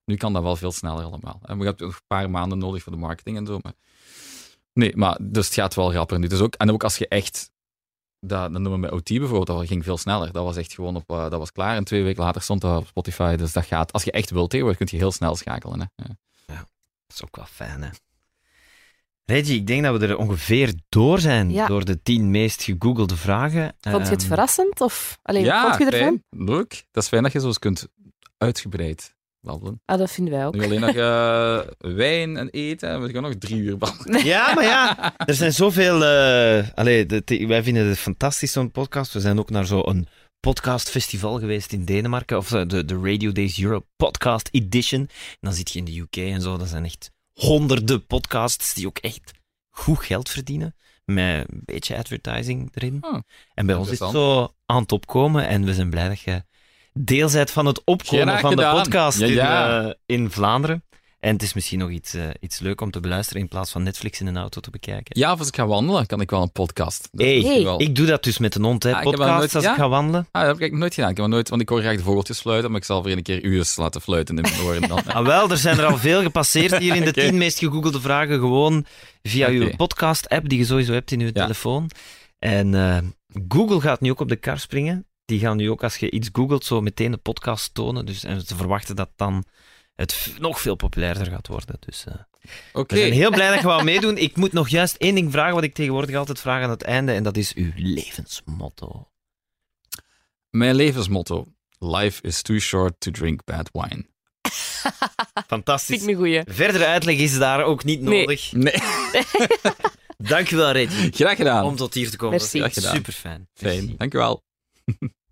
Nu kan dat wel veel sneller allemaal. En we hebben nog een paar maanden nodig voor de marketing en zo. Maar... Nee, maar dus het gaat wel rapper nu. Dus ook, en ook als je echt... Dat, dat noemen we met O T bijvoorbeeld, dat ging veel sneller. Dat was echt gewoon op... Uh, dat was klaar en twee weken later stond dat op Spotify. Dus dat gaat... Als je echt wilt tegenwoordig, kun je heel snel schakelen. Hè. Ja. Ja, dat is ook wel fijn, hè. Reggie, ik denk dat we er ongeveer door zijn Ja. door de tien meest gegoogelde vragen. Vond je het Ehm, verrassend? Of, allee, Ja, wat vond je ervan? fijn. Leuk. Dat is fijn dat je zo eens kunt uitgebreid babbelen. Ah, dat vinden wij ook. Nu alleen nog uh, wijn en eten en we gaan nog drie uur babbelen. Ja, maar ja, er zijn zoveel... eh, allee, de, de- wij vinden het fantastisch, zo'n podcast. We zijn ook naar zo'n podcastfestival geweest in Denemarken, of eh, de, de Radio Days Europe Podcast Edition. En dan zit je in de U K en zo, dat zijn echt honderden podcasts die ook echt goed geld verdienen, met een beetje advertising erin. Oh, En bij ons is het interessant. zo aan het opkomen en we zijn blij dat je deel bent van het opkomen Graag van gedaan. de podcast Ja, in, ja. eh, in Vlaanderen. En het is misschien nog iets, eh, iets leuk om te beluisteren in plaats van Netflix in een auto te bekijken. Ja, of als ik ga wandelen, kan ik wel een podcast. Dat Hey, is Hey. wel... ik doe dat dus met een hond, hè, Ah, ik heb dat podcast, nooit- als ja? ik ga wandelen. Ah, dat heb ik nog nooit gedaan. Ik heb nog nooit, want ik hoor graag de vogeltjes fluiten, maar ik zal voor een keer uren laten fluiten in mijn oren. Dan. Ah, wel, er zijn er al veel gepasseerd hier in de Oké. tien meest gegoogelde vragen, gewoon via Oké. uw podcast-app, die je sowieso hebt in je Ja. telefoon. En eh, Google gaat nu ook op de kar springen. Die gaan nu ook, als je iets googelt, zo meteen de podcast tonen. Dus, en ze verwachten dat dan het v- nog veel populairder gaat worden. Dus eh, Oké. we zijn heel blij dat je wou meedoen. Ik moet nog juist één ding vragen, wat ik tegenwoordig altijd vraag aan het einde, en dat is uw levensmotto. Mijn levensmotto. Life is too short to drink bad wine. Fantastisch. Vind ik een goeie. Verdere uitleg is daar ook niet Nee. nodig. Nee, Dankjewel, Reggie, graag gedaan. om tot hier te komen. Merci. Dat was Graag gedaan. super fijn. Fijn, dankjewel.